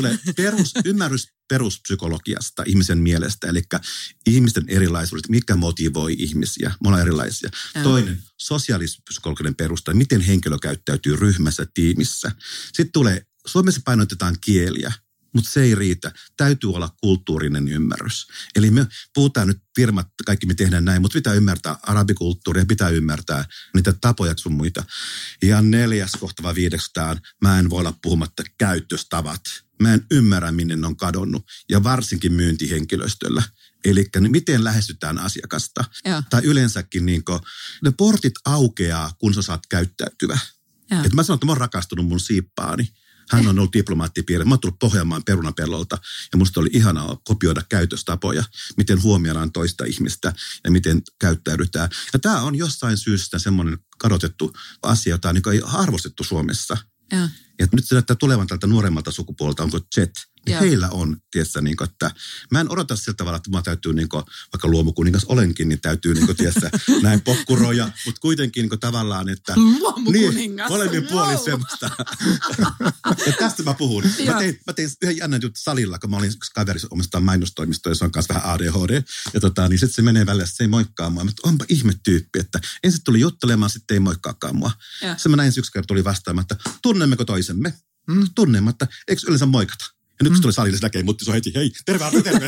ymmärrys peruspsykologiasta ihmisen mielestä, eli ihmisten erilaisuudet, mitkä motivoi ihmisiä, me ollaan erilaisia. Toinen, sosiaalis-psykologinen perusta, miten henkilö käyttäytyy ryhmässä, tiimissä. Sitten tulee, Suomessa painotetaan kieliä, mutta se ei riitä. Täytyy olla kulttuurinen ymmärrys. Eli me puhutaan nyt firmat, kaikki me tehdään näin, mutta pitää ymmärtää arabikulttuuria, pitää ymmärtää niitä tapoja sun muita. Ja 4. kohta vai 5. mä en voi olla puhumatta käytöstavat. Mä en ymmärrä, minne ne on kadonnut. Ja varsinkin myyntihenkilöstöllä. Eli miten lähestytään asiakasta. Tai yleensäkin ne portit aukeaa, kun sä saat käyttäytyvä. Et mä sanon, että mä oon rakastunut mun siippaani. Hän on ollut diplomaattipiirre. Mä oon tullut Pohjanmaan perunapellolta ja musta oli ihanaa kopioida käytöstapoja, miten huomioidaan toista ihmistä ja miten käyttäydytään. Ja tämä on jossain syystä semmoinen kadotettu asia, jota ei arvostettu Suomessa. Ja nyt se näyttää tulevan tältä nuoremmalta sukupuolelta, onko Jet Ja heillä on, tietsä, niin kuin, että mä en odota sillä tavalla, että mä täytyy, niin kuin, vaikka luomukuningas olenkin, niin täytyy, niin kuin, tietsä, näin pokkuroja, mutta kuitenkin niin kuin, tavallaan, että... Luomukuningas. Niin, molemmin puolin semmoista. Ja tästä mä puhun. Mä tein yhden jännän juttu salilla, kun mä olin yksi kaveri omistaan mainostoimistoa, jossa on kanssa vähän ADHD. Ja niin sitten se menee välillä, se ei moikkaa mua. Mutta onpa ihme tyyppi, että ensin tuli juttelemaan, sitten ei moikkaakaan mua. Sitten mä näin yksi kerta tuli vastaamaan, että tunnemmeko toisemme? Tunnematta, eikö yleensä moikata? Ja nyt kun se tuli salille, se näkee, mutta se on heti, hei, terve.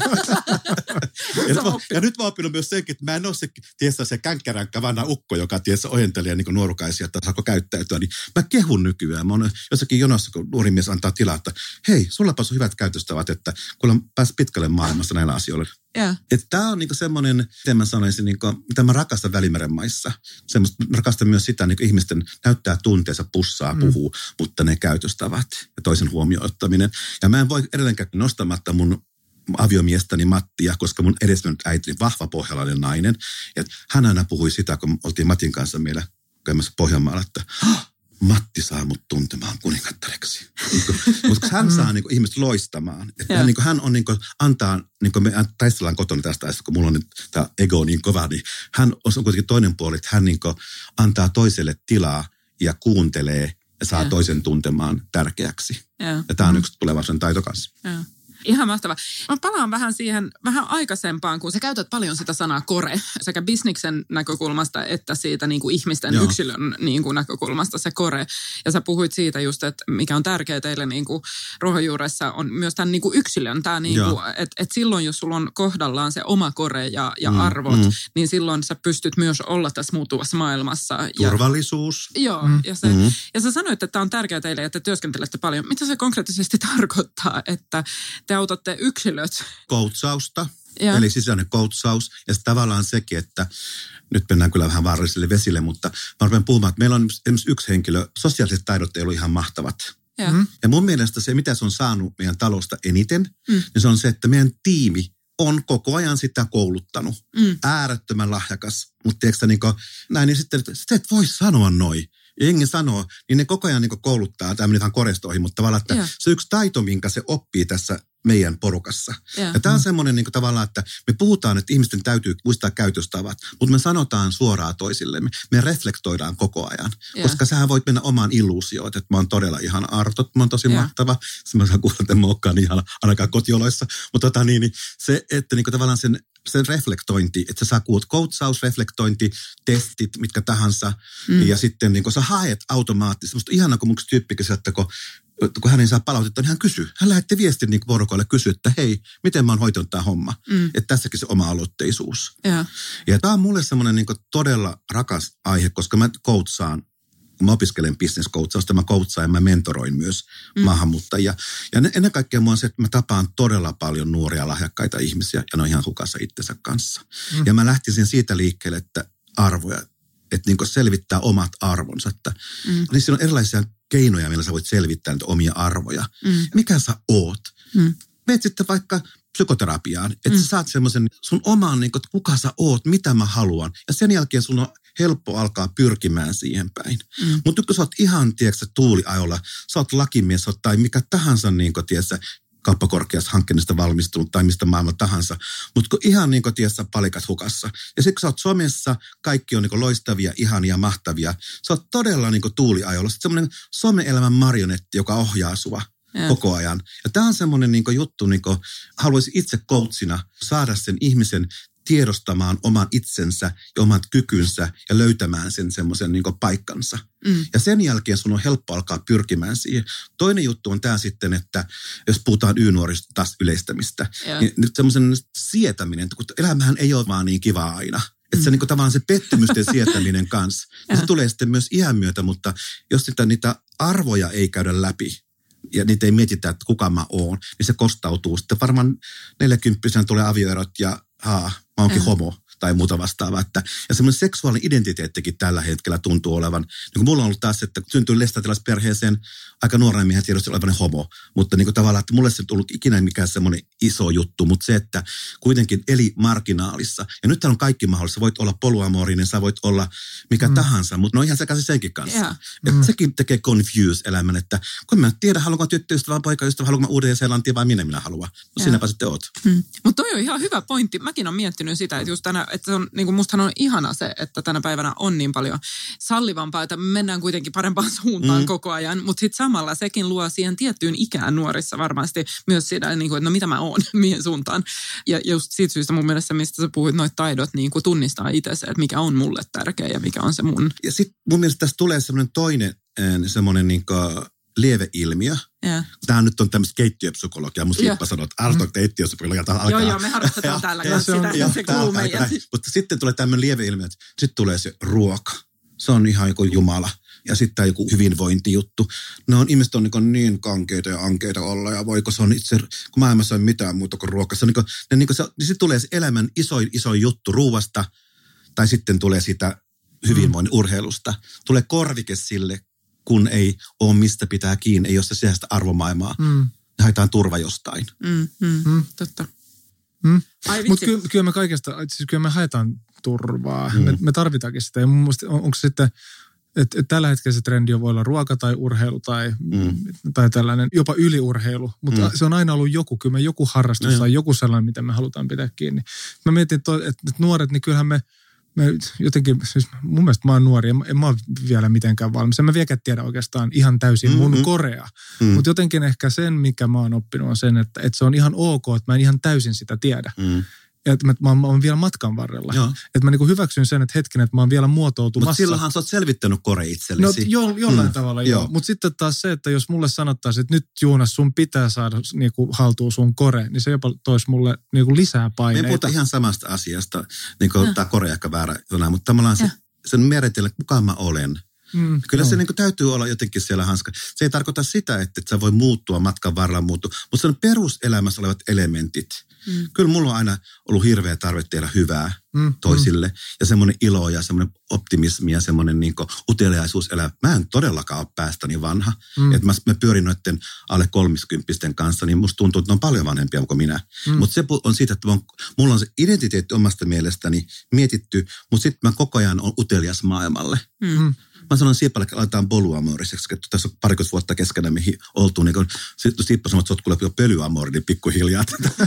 Ja nyt mä oon oppinut myös senkin, että mä en ole se känkkäränkkä vanha ukko, joka ojentelee niin nuorukaisia, että saako käyttäytyä. Niin mä kehun nykyään. Mä oon jossakin jonossa, kun nuori mies antaa tilaa, että hei, sullapas on hyvät käytöstavat, että kun on päässyt pitkälle maailmassa näillä asioilla. Yeah. Että tää on niinku semmoinen, miten mä sanoisin, niinku, mitä mä rakastan Välimeren maissa. Mä rakastan myös sitä, niin ihmisten näyttää tunteensa, pussaa, puhuu, mutta ne käytöstavat ja toisen huomioon ottaminen. Ja mä en voi edelleenkään nostamatta mun aviomiestäni Mattia, koska mun edesmennyt äitini, vahva pohjalainen nainen. Ja hän aina puhui sitä, kun oltiin Matin kanssa meillä käymässä Pohjanmaalla, että Matti saa mut tuntemaan kuningattareksi. Mutta hän saa niinku ihmiset loistamaan. Että hän on niinku, antaa, niinku me taistellaan kotona tästä, kun mulla on nyt tämä ego niin kova, niin hän on kuitenkin toinen puoli, että hän niinku antaa toiselle tilaa ja kuuntelee ja saa toisen tuntemaan tärkeäksi. Ja tämä on yksi tulevaisuuden taito kanssa. Ihan mahtavaa. Mä palaan vähän siihen vähän aikaisempaan, kun sä käytät paljon sitä sanaa kore, sekä bisniksen näkökulmasta että siitä niin kuin ihmisten yksilön niin kuin näkökulmasta se kore. Ja sä puhuit siitä just, että mikä on tärkeää teille niin kuin ruohonjuuressa on myös tämän niin kuin yksilön. Tämä niin kuin, että silloin, jos sulla on kohdallaan se oma kore ja arvot, niin silloin sä pystyt myös olla tässä muuttuvassa maailmassa. Turvallisuus. Joo, ja sä sanoit, että tämä on tärkeää teille, että työskentelette paljon. Mitä se konkreettisesti tarkoittaa, että te autatte yksilöt? Koutsausta, eli sisäinen koutsaus. Ja tavallaan sekin, että nyt mennään kyllä vähän vaarallisille vesille, mutta mä rupean puhumaan, että meillä on esimerkiksi yksi henkilö, sosiaaliset taidot ei ollut ihan mahtavat. Ja mun mielestä se, mitä se on saanut meidän talosta eniten, niin se on se, että meidän tiimi on koko ajan sitä kouluttanut. Äärettömän lahjakas. Mutta tiedätkö niin näin, niin sitten sä et voi sanoa noin. Ja jengi sanoo, niin ne koko ajan niin kouluttaa, tämä meni ihan korestoihin, mutta tavallaan, että se yksi taito, minkä se oppii tässä meidän porukassa. Ja tämä on semmoinen niin tavallaan, että me puhutaan, että ihmisten täytyy muistaa käytöstavat, mutta me sanotaan suoraan toisillemme. Me reflektoidaan koko ajan, koska sähän voit mennä omaan illuusioon, että mä oon todella ihan arto, mä oon tosi mahtava. Sitten mä saan kuulla, että mä oonkaan ihan ainakaan kotioloissa. Mutta se, että niin tavallaan sen reflektointi, että sä saa koutsaus, reflektointi, testit, mitkä tahansa, ja sitten niin sä haet automaattisesti. Musta ihanaa, kun mun tyyppikin, että kun hän ei saa palautetta, niin hän kysyy. Hän lähetti viestin niin porukoille kysyä, että hei, miten mä oon hoitanut tämä homma. Että tässäkin se oma-aloitteisuus. Ja tämä on mulle semmoinen niin todella rakas aihe, koska mä koutsaan, kun mä opiskelen business-koutsausta, mä koutsaan ja mä mentoroin myös maahanmuuttajia. Ja ennen kaikkea mua on se, että mä tapaan todella paljon nuoria lahjakkaita ihmisiä ja ne on ihan hukassa itsensä kanssa. Ja mä lähtisin siitä liikkeelle, että arvoja, että niin selvittää omat arvonsa. Niin siinä on erilaisia keinoja, millä sä voit selvittää niitä omia arvoja. Mikä sä oot? Meet sitten vaikka psykoterapiaan, että sä saat semmoisen sun oman, niin kuin, että kuka sä oot, mitä mä haluan. Ja sen jälkeen sun on helppo alkaa pyrkimään siihen päin. Mutta kun sä oot ihan, tiedätkö, tuuliajolla, sä oot lakimies tai mikä tahansa, niin kuin, tiedätkö, kauppakorkeasta hankkeesta valmistunut tai mistä maailman tahansa. Mutta kun ihan niin kuin, tiedätkö, palikat hukassa. Ja sitten kun sä oot somessa, kaikki on niin kuin loistavia, ihania, mahtavia. Sä oot todella niin kuin tuuliajolla. Sitten semmoinen some-elämän marionetti, joka ohjaa sua koko ajan. Ja tämä on semmoinen niin kuin juttu, niin kuin haluaisin itse coachina saada sen ihmisen tiedostamaan oman itsensä ja omat kykynsä ja löytämään sen semmoisen niin kuin paikkansa. Ja sen jälkeen sun on helppo alkaa pyrkimään siihen. Toinen juttu on tämä sitten, että jos puhutaan Y-nuorista taas yleistämistä, niin nyt semmoisen sietäminen, kun elämähän ei ole vaan niin kivaa aina. Että se niin kuin tavallaan se pettymysten sietäminen kanssa. Ja se tulee sitten myös iän myötä, mutta jos niitä arvoja ei käydä läpi, ja niitä ei mietitä, että kuka mä oon, niin se kostautuu. Sitten varmaan 40 tulee avioerot ja mä oonkin homo. tai muuta vastaavaa. Ja semmoinen seksuaalinen identiteettikin tällä hetkellä tuntuu olevan. Niin kuin mulla on ollut taas, että syntyi lestadiolaisperheeseen aika nuorena miehen tiedosti olevan homo, mutta niin kuin tavallaan, että mulle se ei tullut ikinä mikään semmoinen iso juttu, mutta se, että kuitenkin eli marginaalissa. Ja nyt täällä on kaikki mahdollista. Voit olla polyamorinen, sä voit olla mikä tahansa, mutta no ihan sekaisin senkin kanssa. Yeah. Että sekin tekee confuse elämän, että kun mä en tiedä, haluanko tyttöystävä, poikaystävä, haluanko mä Uudelleen-Seelantia vai minä oot. No sinäpä sitten oot. Mutta toi on ihan hyvä pointti. Mäkin olen miettinyt sitä, että just että se on, niin kuin mustahan on ihana se, että tänä päivänä on niin paljon sallivampaa, että mennään kuitenkin parempaan suuntaan koko ajan, mutta sitten samalla sekin luo siihen tiettyyn ikään nuorissa varmasti myös sitä, niin kuin, että no mitä mä oon, mihin suuntaan. Ja just siitä syystä mun mielestä, mistä sä puhuit, noita taidot niin kuin tunnistaa itse se, että mikä on mulle tärkeä ja mikä on se mun. Ja sitten mun mielestä tässä tulee semmoinen toinen semmoinen niin kuin lieveilmiö. Yeah. Tämä nyt on tämmöistä keittiöpsykologiaa. Musta Jippa sanoo, että arvoitko keittiöpsykologia? Joo, me harrastetaan täällä kanssa sitä. Se kuuluu meidän. Mutta sitten tulee tämmöinen lieveilmiö, että sitten tulee se ruoka. Se on ihan joku jumala. Ja sitten tämä joku hyvinvointijuttu. Ihmiset on niin kankeita ja ankeita olla. Ja voiko se on itse, kun maailmassa ei ole mitään muuta kuin ruoka. Niin sitten tulee se elämän iso juttu ruuasta. Tai sitten tulee sitä hyvinvoinnin urheilusta. Tulee korvike sille, kun ei ole mistä pitää kiinni, ei ole se sisäistä arvomaailmaa. Haetaan turva jostain. Totta. Mutta kyllä me kaikesta, siis kyllä me haetaan turvaa. Me tarvitaankin sitä. Ja mun mielestä onko sitten, että tällä hetkellä se trendi voi olla ruoka tai urheilu tai tällainen, jopa yliurheilu. Mutta se on aina ollut joku harrastus tai joku sellainen, mitä me halutaan pitää kiinni. Mä mietin, että nuoret, niin kyllähän me jotenkin, siis mun mielestä mä oon nuori, en mä ole vielä mitenkään valmis. En mä vieläkään tiedä oikeastaan ihan täysin mun korea. Mutta jotenkin ehkä sen, mikä mä oon oppinut, on sen, että se on ihan ok, että mä en ihan täysin sitä tiedä. Ja että mä oon vielä matkan varrella. Että mä niinku hyväksyn sen, että hetken, että mä oon vielä muotoutumassa. Mutta silloinhan sä oot selvittänyt kore itsellesi. No jollain tavalla joo. Mutta sitten taas se, että jos mulle sanottaisiin, että nyt Joonas sun pitää saada niinku haltuun sun kore, niin se jopa toisi mulle niinku lisää paineita. Me puhutaan ihan samasta asiasta, niin kuin tämä kore ehkä väärä sana, mutta tavallaan sen määritellä, kuka mä olen. Kyllä se niin kuin täytyy olla jotenkin siellä hanska. Se ei tarkoita sitä, että sä voi muuttua matkan varrella mutta se on peruselämässä olevat elementit. Kyllä mulla on aina ollut hirveä tarve tehdä hyvää toisille. Ja semmoinen ilo ja semmoinen optimismi ja semmoinen niin kuin uteliaisuus elää. Mä en todellakaan ole päästäni vanha. Että mä pyörin noiden alle 30 kanssa, niin musta tuntuu, että ne on paljon vanhempia kuin minä. Mutta se on siitä, että mulla on se identiteetti omasta mielestäni mietitty, mutta sitten mä koko ajan on utelias maailmalle. Mä sanon Siepalle, että aletaan polyamoriseksi, että tässä on parikymmentä vuotta keskenään me oltu. Niin sitten Sieppa sanoo, että sä oot kuule jo pölyamori, niin pikkuhiljaa.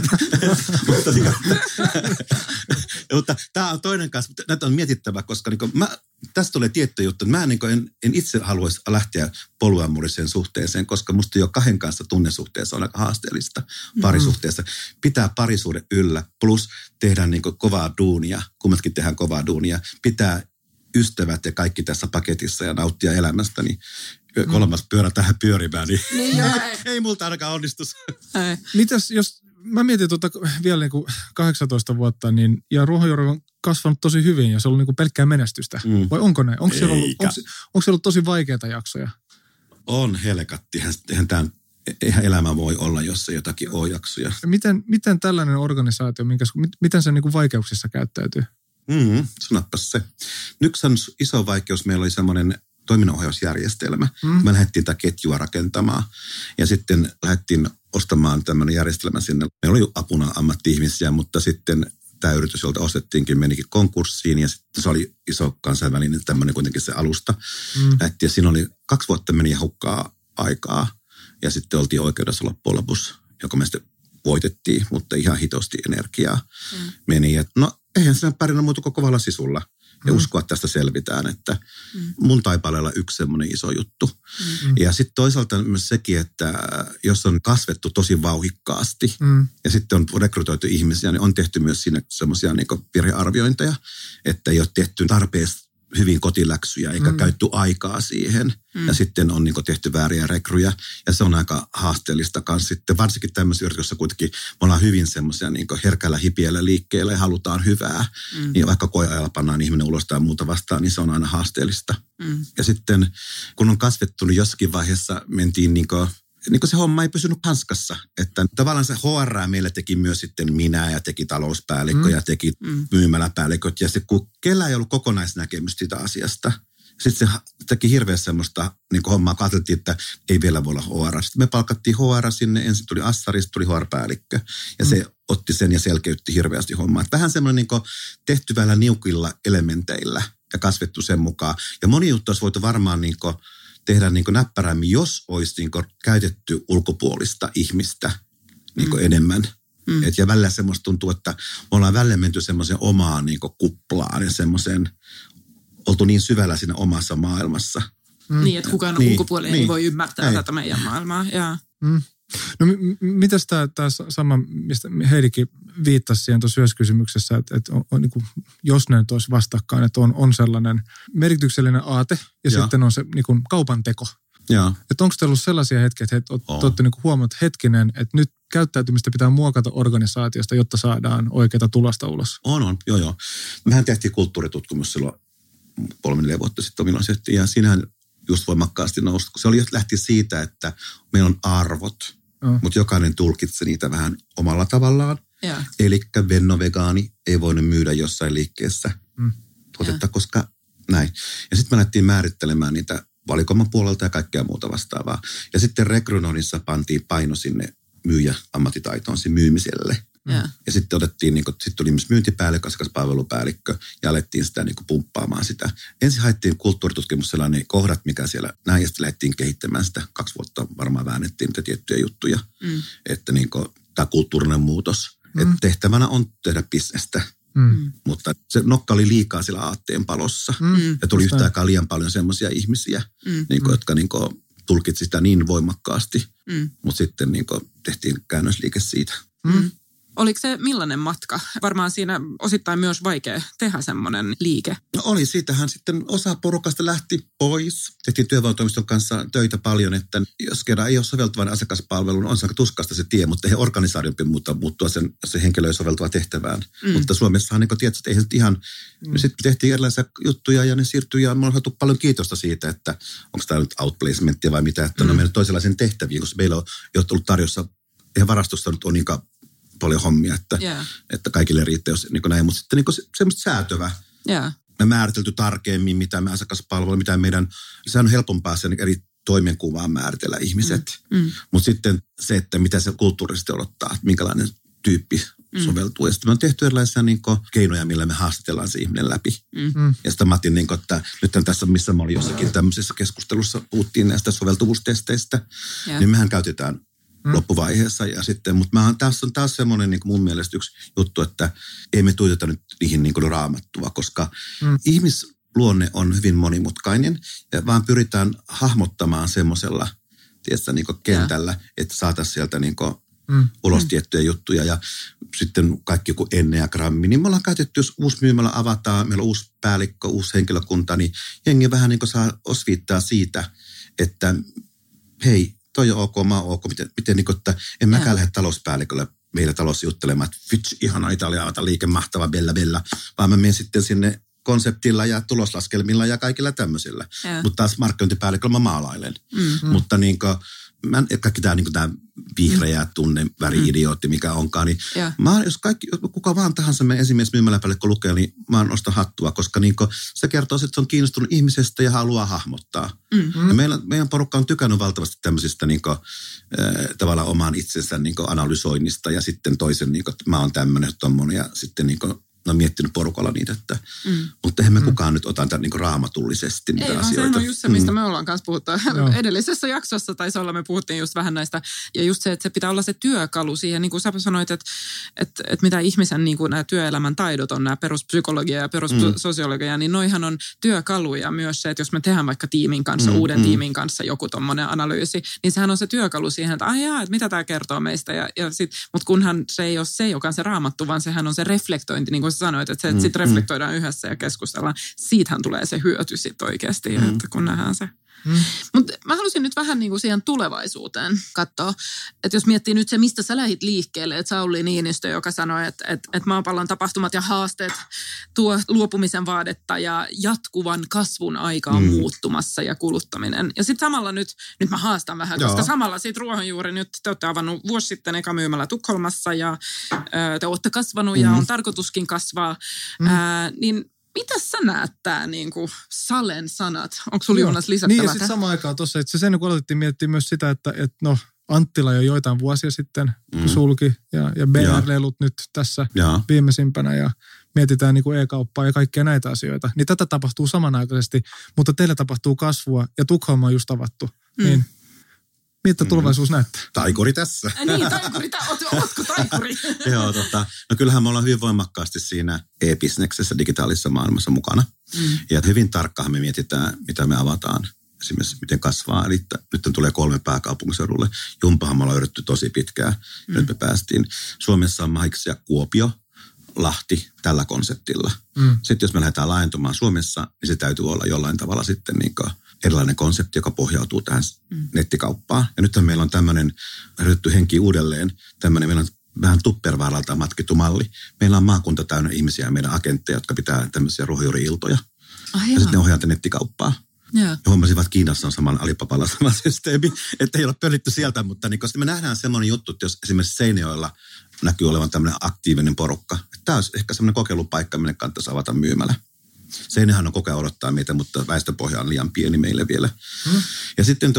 Mutta tämä on toinen kanssa, mutta näitä on mietittävä, koska niin tästä tulee tietty juttu. Mä en itse haluaisi lähteä polyamoriseen suhteeseen, koska musta jo kahden kanssa tunnesuhteessa on aika haasteellista parisuhteessa. Pitää parisuuden yllä, plus tehdään niin kovaa duunia, kummatkin tehdään kovaa duunia, pitää ystävät ja kaikki tässä paketissa ja nauttia elämästä, niin kolmas pyörä tähän pyörimään, niin ei multa ainakaan onnistus. Mitäs jos, mä mietin vielä niin kuin 18 vuotta, niin, ja Ruohonjuuri on kasvanut tosi hyvin ja se on ollut niin kuin pelkkää menestystä. Vai onko näin? Onko se ollut tosi vaikeita jaksoja? On helkatti. Eihän elämä voi olla, jos ei jotakin ole jaksoja. Miten tällainen organisaatio, miten se niin kuin vaikeuksissa käyttäytyy? Sanoppas se. Yksi iso vaikeus meillä oli semmoinen toiminnanohjausjärjestelmä. Me lähdettiin tätä ketjua rakentamaan ja sitten lähdettiin ostamaan tämmöinen järjestelmä sinne. Meillä oli apuna ammatti-ihmisiä, mutta sitten tämä yritys, jolta ostettiinkin, menikin konkurssiin ja sitten se oli iso kansainvälinen tämmöinen kuitenkin se alusta. Lähti ja siinä oli 2 vuotta meni hukkaa aikaa ja sitten oltiin oikeudessa loppujen lopuksi, joka me sitten voitettiin, mutta ihan hitosti energiaa meni. Ja eihän siinä pärjää muuta kuin kovalla sisulla ja uskoa, että tästä selvitään, että mun taipaleella yksi semmoinen iso juttu. Ja sitten toisaalta myös sekin, että jos on kasvettu tosi vauhikkaasti ja sitten on rekrytoitu ihmisiä, niin on tehty myös siinä semmoisia niin virhearviointeja, että ei ole tehty tarpeeksi hyvin kotiläksyjä eikä käytty aikaa siihen. Ja sitten on tehty vääriä rekryjä ja se on aika haasteellista kanssa sitten. Varsinkin tämmöisessä yrityksessä kuitenkin me ollaan hyvin semmoisia herkällä hipiellä liikkeellä ja halutaan hyvää. Niin vaikka koeajalla pannaan ihminen ulos tai muuta vastaan, niin se on aina haasteellista. Ja sitten kun on kasvettu, niin jossakin vaiheessa mentiin niin kuin se homma ei pysynyt hanskassa. Että tavallaan se HR meillä teki myös sitten minä ja teki talouspäällikkö ja teki myymäläpäälliköt. Ja se, kun kellä ei ollut kokonaisnäkemystä siitä asiasta, sitten se teki hirveästi semmoista niin kuin hommaa, kun ajateltiin, että ei vielä voi olla HR. Sitten me palkattiin HR sinne, ensin tuli assari, sitten tuli HR-päällikkö. Ja se otti sen ja selkeytti hirveästi hommaa. Että vähän semmoinen niin kuin tehty väillä niukilla elementeillä ja kasvettu sen mukaan. Ja moni juttu olisi voitu varmaan niin kuin tehdä niin kuin näppärämmin, jos olisi niin kuin käytetty ulkopuolista ihmistä niin kuin enemmän. Ja välillä semmoista tuntuu, että me ollaan välillä menty semmoiseen omaan niin kuin kuplaan ja semmoiseen, oltu niin syvällä siinä omassa maailmassa. Niin, että kukaan ulkopuolinen ei voi ymmärtää tätä meidän maailmaa. No mitäs tämä sama, mistä Heidikin viittasi siihen tuossa kysymyksessä, että on, niin kuin, jos ne nyt olisi vastakkain, että on sellainen merkityksellinen aate ja sitten on se niin kuin kaupan teko. Että onko teillä ollut sellaisia hetkiä, että olette niin huomannut hetkinen, että nyt käyttäytymistä pitää muokata organisaatiosta, jotta saadaan oikeaa tulosta ulos? Joo. Mehän tehtiin kulttuuritutkimus silloin 3-4 vuotta sitten ominaisesti ja siinähän just voimakkaasti nousi. Se lähti siitä, että meillä on arvot, mutta jokainen tulkitsi niitä vähän omalla tavallaan. Eli venno-vegaani ei voinut myydä jossain liikkeessä tuotetta, koska näin. Ja sitten me lähdettiin määrittelemään niitä valikoiman puolelta ja kaikkea muuta vastaavaa. Ja sitten rekrynoinnissa pantiin paino sinne myyjä ammattitaitoon, siinä myymiselle. Ja sitten otettiin, sitten tuli myös myyntipäällikkö, asiakaspalvelupäällikkö ja alettiin sitä pumppaamaan sitä. Ensin haettiin kulttuuritutkimus sellainen kohdat, mikä siellä näin, ja sitten lähdettiin kehittämään sitä. 2 vuotta varmaan väännettiin niitä tiettyjä juttuja, että tämä kulttuurinen muutos. Että tehtävänä on tehdä bisnestä, mutta se nokka oli liikaa siellä aatteen palossa. Ja tuli yhtä aikaa liian paljon semmoisia ihmisiä, jotka tulkitsi sitä niin voimakkaasti, mutta sitten tehtiin käännösliike siitä. Oliko se millainen matka? Varmaan siinä osittain myös vaikea tehdä semmoinen liike. No oli, siitähän sitten osa porukasta lähti pois. Tehtiin työvoimatoimiston kanssa töitä paljon, että jos kerran ei ole soveltuvan asiakaspalvelun, on se aika tuskasta se tie, mutta eihän organisaatiompi muuttua se henkilöön soveltuva tehtävään. Mutta Suomessahan tiedät, että eihän ihan, sitten tehtiin erilaisia juttuja ja ne siirtyi ja me on saatu paljon kiitosta siitä, että onko tämä nyt outplacementtia vai mitä, että on mennyt toisenlaisiin tehtäviin, koska meillä on jo tullut tarjossa, eihän varastossa nyt on niin paljon hommia, että kaikille riittää, jos näin, mutta sitten semmoista säätövä. Me määritelty tarkemmin, mitä me asiakaspalvelu, mitä meidän, sehän on helpompaa sen eri toimenkuvaan määritellä ihmiset. Mutta sitten se, että mitä se kulttuurisesti odottaa, että minkälainen tyyppi soveltuu. Ja sitten me on tehty erilaisia keinoja, millä me haastatellaan se ihminen läpi. Ja sitten mä otin, että nyt tässä, missä mä olin jossakin tämmöisessä keskustelussa, puhuttiin näistä soveltuvuustesteistä, niin mehän käytetään loppuvaiheessa ja sitten, mutta tässä on taas semmoinen mun mielestä yksi juttu, että ei me tuijota nyt niihin raamattua, koska ihmisluonne on hyvin monimutkainen ja vaan pyritään hahmottamaan semmoisella kentällä, että saataisiin sieltä ulos tiettyjä juttuja ja sitten kaikki joku enneagrammi, niin me ollaan käytetty, jos uusi myymälä avataan, meillä on uusi päällikkö, uusi henkilökunta, niin jengi vähän saa osviittaa siitä, että hei, toi on ok, mä oon ok, miten että en mäkään lähde talouspäällikölle meillä talossa juttelemaan, että vitsi, ihana italialaata liike, mahtava, bella, vaan mä menen sitten sinne konseptilla ja tuloslaskelmilla ja kaikilla tämmöisillä. Mutta taas markkinointipäälliköllä mä maalailen. Mutta kaikki tämä vihreä tunne, väri-idiootti, mikä onkaan, niin jos kuka vaan tahansa meidän esimies myymäläpäällikkö lukee, niin mä nostan hattua, koska se kertoo, että se on kiinnostunut ihmisestä ja haluaa hahmottaa. Ja meidän porukka on tykännyt valtavasti tämmöisistä tavallaan oman itsensä analysoinnista ja sitten toisen, että mä oon tämmöinen, tommonen ja sitten on miettinyt porukalla niitä, mutta eihän me kukaan nyt ota raamatullisesti niitä asioita. Ei, vaan sehän on just se, mistä me ollaan kanssa puhuttu edellisessä jaksossa, taisi olla, me puhuttiin just vähän näistä, ja just se, että se pitää olla se työkalu siihen, niin kuin sä sanoit, että mitä ihmisen nämä työelämän taidot on, nämä peruspsykologia ja perussosiologia, niin noihan on työkaluja myös se, että jos me tehdään vaikka tiimin kanssa, uuden tiimin kanssa joku tommoinen analyysi, niin sehän on se työkalu siihen, että että mitä tämä kertoo meistä, mutta kunhan se ei ole se, joka on se raamattu, vaan sehän on se reflektointi, niin kuin sä sanoit, että sitten reflektoidaan yhdessä ja keskustellaan. Siitähän tulee se hyöty sitten oikeasti, että kun nähdään se. Mutta mä halusin nyt vähän niin kuin siihen tulevaisuuteen katsoa, että jos miettii nyt se, mistä sä lähit liikkeelle, että Sauli Niinistö, joka sanoi, että maapallon tapahtumat ja haasteet tuo luopumisen vaadetta ja jatkuvan kasvun aika on muuttumassa ja kuluttaminen. Ja sitten samalla nyt mä haastan vähän, koska samalla siitä ruohonjuuri nyt te olette avannut vuosi sitten eka myymällä Tukholmassa ja te olette kasvanut ja on tarkoituskin kasvaa, niin mitä sä näet tää niinku Salen sanat? Onko sulla Joonas lisättävää? Niin ja sitten samaan aikaan tuossa, että se sen kun aloitettiin miettiä myös sitä, että Anttila jo joitain vuosia sitten sulki ja BR-lelut nyt tässä viimeisimpänä ja mietitään niin kuin e-kauppaa ja kaikkea näitä asioita. Niin tätä tapahtuu samanaikaisesti, mutta teillä tapahtuu kasvua ja Tukholma on just avattu. Niin miltä tulevaisuus näyttää? Taikuri tässä. Niin, taikuri. Ootko taikuri? Joo, no kyllähän me ollaan hyvin voimakkaasti siinä e-bisneksessä, digitaalisessa maailmassa mukana. Ja hyvin tarkkaan me mietitään, mitä me avataan. Esimerkiksi miten kasvaa. Eli nyt tulee 3 pääkaupunkiseudulle. Jumpahan me ollaan yritetty tosi pitkään. Nyt me päästiin. Suomessa on Mahiksi ja Kuopio, Lahti tällä konseptilla. Sitten jos me lähdetään laajentumaan Suomessa, niin se täytyy olla jollain tavalla sitten niin kuin erilainen konsepti, joka pohjautuu tähän nettikauppaan. Ja nythän meillä on tämmöinen ryhdytty henki uudelleen. Meillä on vähän Tuppervaralta matkittu malli. Meillä on maakunta täynnä ihmisiä ja meidän agentteja, jotka pitää tämmöisiä ruohonjuuri-iltoja. Ja sitten ne ohjaa nettikauppaa. Ja huomasivat, että Kiinassa on samalla Alibaballa sama systeemi, että ei ole pöllitty sieltä, mutta niin, koska me nähdään semmoinen juttu, että jos esimerkiksi Seinäjoella näkyy olevan tämmöinen aktiivinen porukka, että tämä olisi ehkä semmoinen kokeilupaikka, minne kannattaisi avata myymälä. Seinähän on koko ajan odottaa meitä, mutta väestöpohja on liian pieni meille vielä. Ja sitten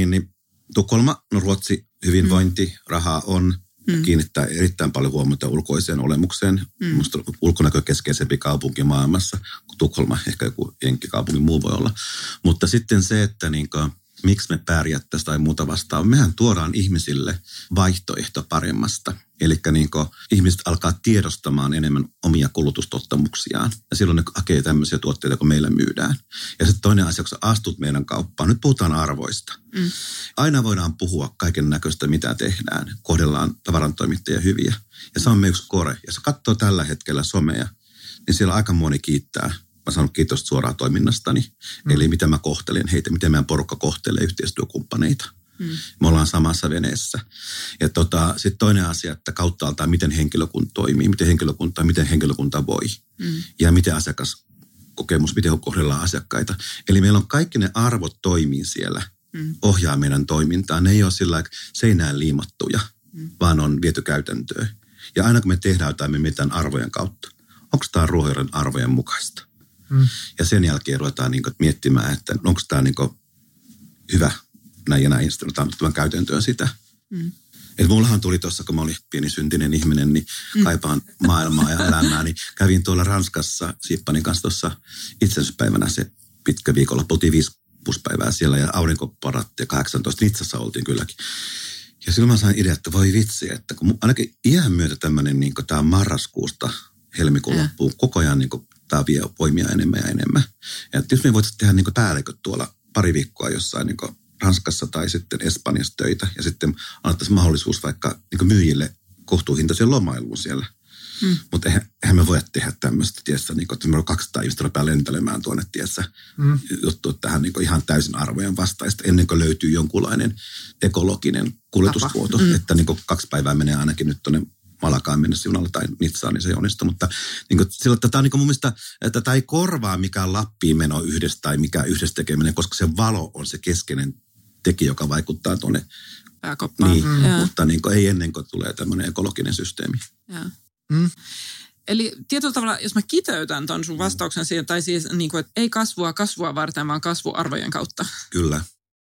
Tukholma, Ruotsi, hyvinvointi, rahaa on, kiinnittää erittäin paljon huomiota ulkoiseen olemukseen. Minusta ulkonäkö keskeisempi kaupunki maailmassa, kuin Tukholma, ehkä joku jenkkikaupunki muu voi olla. Mutta sitten se, että miksi me pärjättäisiin tai muuta vastaan. Mehän tuodaan ihmisille vaihtoehto paremmasta. Eli ihmiset alkaa tiedostamaan enemmän omia kulutustottamuksiaan. Ja silloin ne hakee tämmöisiä tuotteita, kun meillä myydään. Ja sitten toinen asia, kun sä astut meidän kauppaan. Nyt puhutaan arvoista. Aina voidaan puhua kaiken näköistä, mitä tehdään. Kohdellaan tavarantoimittajia hyviä. Ja se on me yksi kore. Ja jos katsoo tällä hetkellä somea, niin siellä aika moni kiittää. Mä sanon kiitos suoraan toiminnastani. Eli miten mä kohtelen heitä, miten meidän porukka kohtelee yhteistyökumppaneita. Me ollaan samassa veneessä. Ja sitten toinen asia, että kauttaaltaan miten henkilökunta toimii, miten henkilökunta voi. Ja miten asiakaskokemus, miten kohdellaan asiakkaita. Eli meillä on kaikki ne arvot toimii siellä, ohjaa meidän toimintaa. Ne ei ole sillä seinään liimattuja, vaan on viety käytäntöön. Ja aina kun me tehdään jotain, me mietitään arvojen kautta. Onko tämä ruohonjuuren arvojen mukaista? Ja sen jälkeen ruvetaan miettimään, että onko tämä hyvä näin ja näin. Sitten otetaan käytäntöön sitä. Et mullahan tuli tuossa, kun mä olin pieni syntinen ihminen, niin kaipaan maailmaa ja elämää. Niin kävin tuolla Ranskassa Sippanin kanssa tuossa itsenäisyyspäivänä se pitkä viikonloppu. Oltiin 5 päivää siellä ja aurinkoparat ja 18 Nitsassa oltiin kylläkin. Ja silloin mä sain idea, että voi vitsi, että kun ainakin iän myötä tämmöinen, tämä on marraskuusta helmikuun loppuun, koko ajan tämä vie voimia enemmän ja enemmän. Ja jos me voitaisiin tehdä päälliköt tuolla pari viikkoa jossain Ranskassa tai sitten Espanjassa töitä ja sitten annettaisiin mahdollisuus vaikka myyjille kohtuuhintaisen lomailuun siellä. Mutta eihän me voida tehdä tämmöistä, tiessä, että meillä on 200 ihmistä rupeaa lentelemään tuonne, tiessä, juttu tähän ihan täysin arvojen vastaista, ennen kuin löytyy jonkunlainen ekologinen kuljetusmuoto, että 2 päivää menee ainakin nyt tuonne Malakaan mennessä junalla tai Nitsaan, niin se ei onnistu. Mutta sillä tämä on mun mielestä, että tämä ei korvaa mikään Lappiin meno yhdessä tai mikä yhdessä tekeminen, koska se valo on se keskeinen tekijä, joka vaikuttaa tuonne pääkoppaan. Niin, mutta ei ennen kuin tulee tämmöinen ekologinen systeemi. Eli tietyllä tavalla, jos mä kiteytän ton sun vastauksen siihen, tai siis että ei kasvua varten, vaan kasvuarvojen kautta. Kyllä.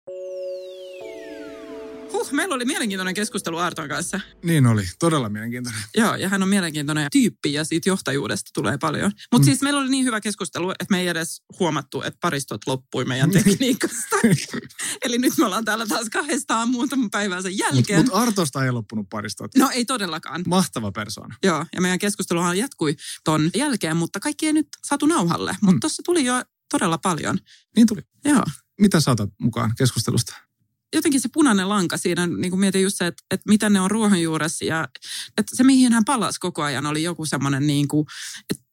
Meillä oli mielenkiintoinen keskustelu Arton kanssa. Niin oli, todella mielenkiintoinen. Joo, ja hän on mielenkiintoinen tyyppi ja siitä johtajuudesta tulee paljon. Mutta siis meillä oli niin hyvä keskustelu, että me ei edes huomattu, että paristot loppui meidän tekniikasta. Eli nyt me ollaan täällä taas 2 muutaman päivän sen jälkeen. Mutta Artosta ei loppunut paristot. No ei todellakaan. Mahtava persoona. Joo, ja meidän keskusteluhan jatkui ton jälkeen, mutta kaikki ei nyt saatu nauhalle. Mutta tuossa tuli jo todella paljon. Niin tuli. Joo. Mitä saatat mukaan keskustelusta? Jotenkin se punainen lanka siinä, mietin just se, että mitä ne on ruohonjuuressa ja että se mihin hän palasi koko ajan oli joku semmoinen että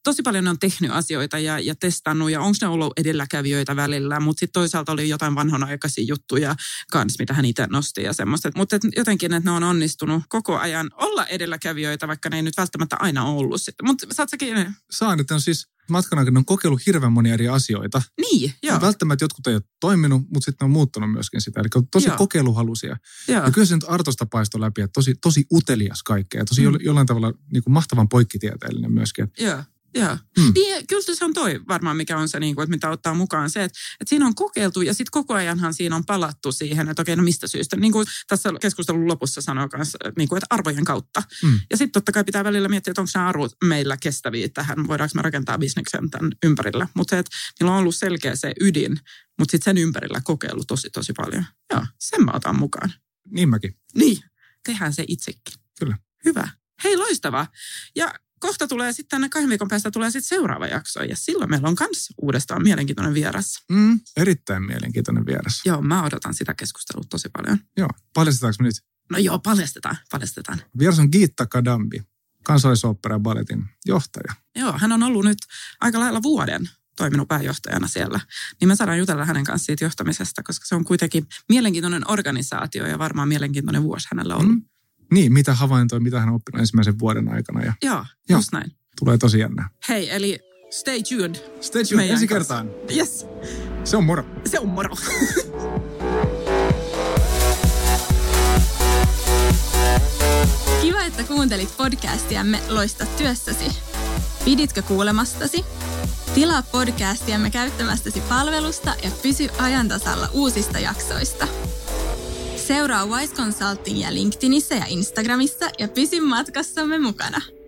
tosi paljon ne on tehnyt asioita ja testannut ja onko ne ollut edelläkävijöitä välillä, mutta sitten toisaalta oli jotain vanhanaikaisia juttuja kanssa, mitä hän itse nosti ja semmoista. Mutta jotenkin, että ne on onnistunut koko ajan olla edelläkävijöitä, vaikka ne ei nyt välttämättä aina ollut sitten. Mutta saat säkin... Saan, että on siis matkan aikana on kokeillut hirveän monia eri asioita. Niin, joo. Ja välttämättä jotkut ei ole toiminut, mutta sitten on muuttanut myöskin sitä. Eli on tosi kokeiluhaluisia. Joo. Ja kyllä se nyt Artosta paistoi läpi, että tosi utelias kaikkea. Tosi jollain tavalla niin kuin mahtavan poikkitieteellinen myöskin. Joo. Joo. Niin, kyllä se on toi varmaan, mikä on se, niin kuin, että mitä ottaa mukaan se, että siinä on kokeiltu ja sitten koko ajanhan siinä on palattu siihen, että okei, no mistä syystä. Niin kuin tässä keskustelun lopussa sanoo kanssa, niin kuin, että arvojen kautta. Ja sitten totta kai pitää välillä miettiä, että onko nämä arvot meillä kestäviä tähän, voidaanko me rakentaa bisneksen tämän ympärillä. Mutta se, että niillä on ollut selkeä se ydin, mutta sitten sen ympärillä kokeilu tosi paljon. Joo, sen mä otan mukaan. Niin mäkin. Niin, tehdään se itsekin. Kyllä. Hyvä. Hei, loistavaa. Ja kohta tulee sitten, 2 viikon päästä tulee sitten seuraava jakso ja silloin meillä on myös uudestaan mielenkiintoinen vieras. Erittäin mielenkiintoinen vieras. Joo, mä odotan sitä keskustelua tosi paljon. Joo, paljastetaanko me nyt? No joo, paljastetaan. Vieras on Gitta Kadambi, Kansallisooppera ja balletin johtaja. Joo, hän on ollut nyt aika lailla vuoden toiminut pääjohtajana siellä. Niin me saadaan jutella hänen kanssa siitä johtamisesta, koska se on kuitenkin mielenkiintoinen organisaatio ja varmaan mielenkiintoinen vuosi hänellä ollut. Niin, mitä havaintoja, mitä hän on oppinut ensimmäisen vuoden aikana. Ja Joo, just näin. Tulee tosi jännää. Hei, eli stay tuned. Stay tuned ensi kertaan. Yes. Se on moro. Se on moro. Kiva, että kuuntelit podcastiamme Loista työssäsi. Piditkö kuulemastasi? Tilaa podcastiamme käyttämästäsi palvelusta ja pysy ajan tasalla uusista jaksoista. Seuraa Wise Consultingia LinkedInissä ja Instagramissa ja pysy matkassamme mukana.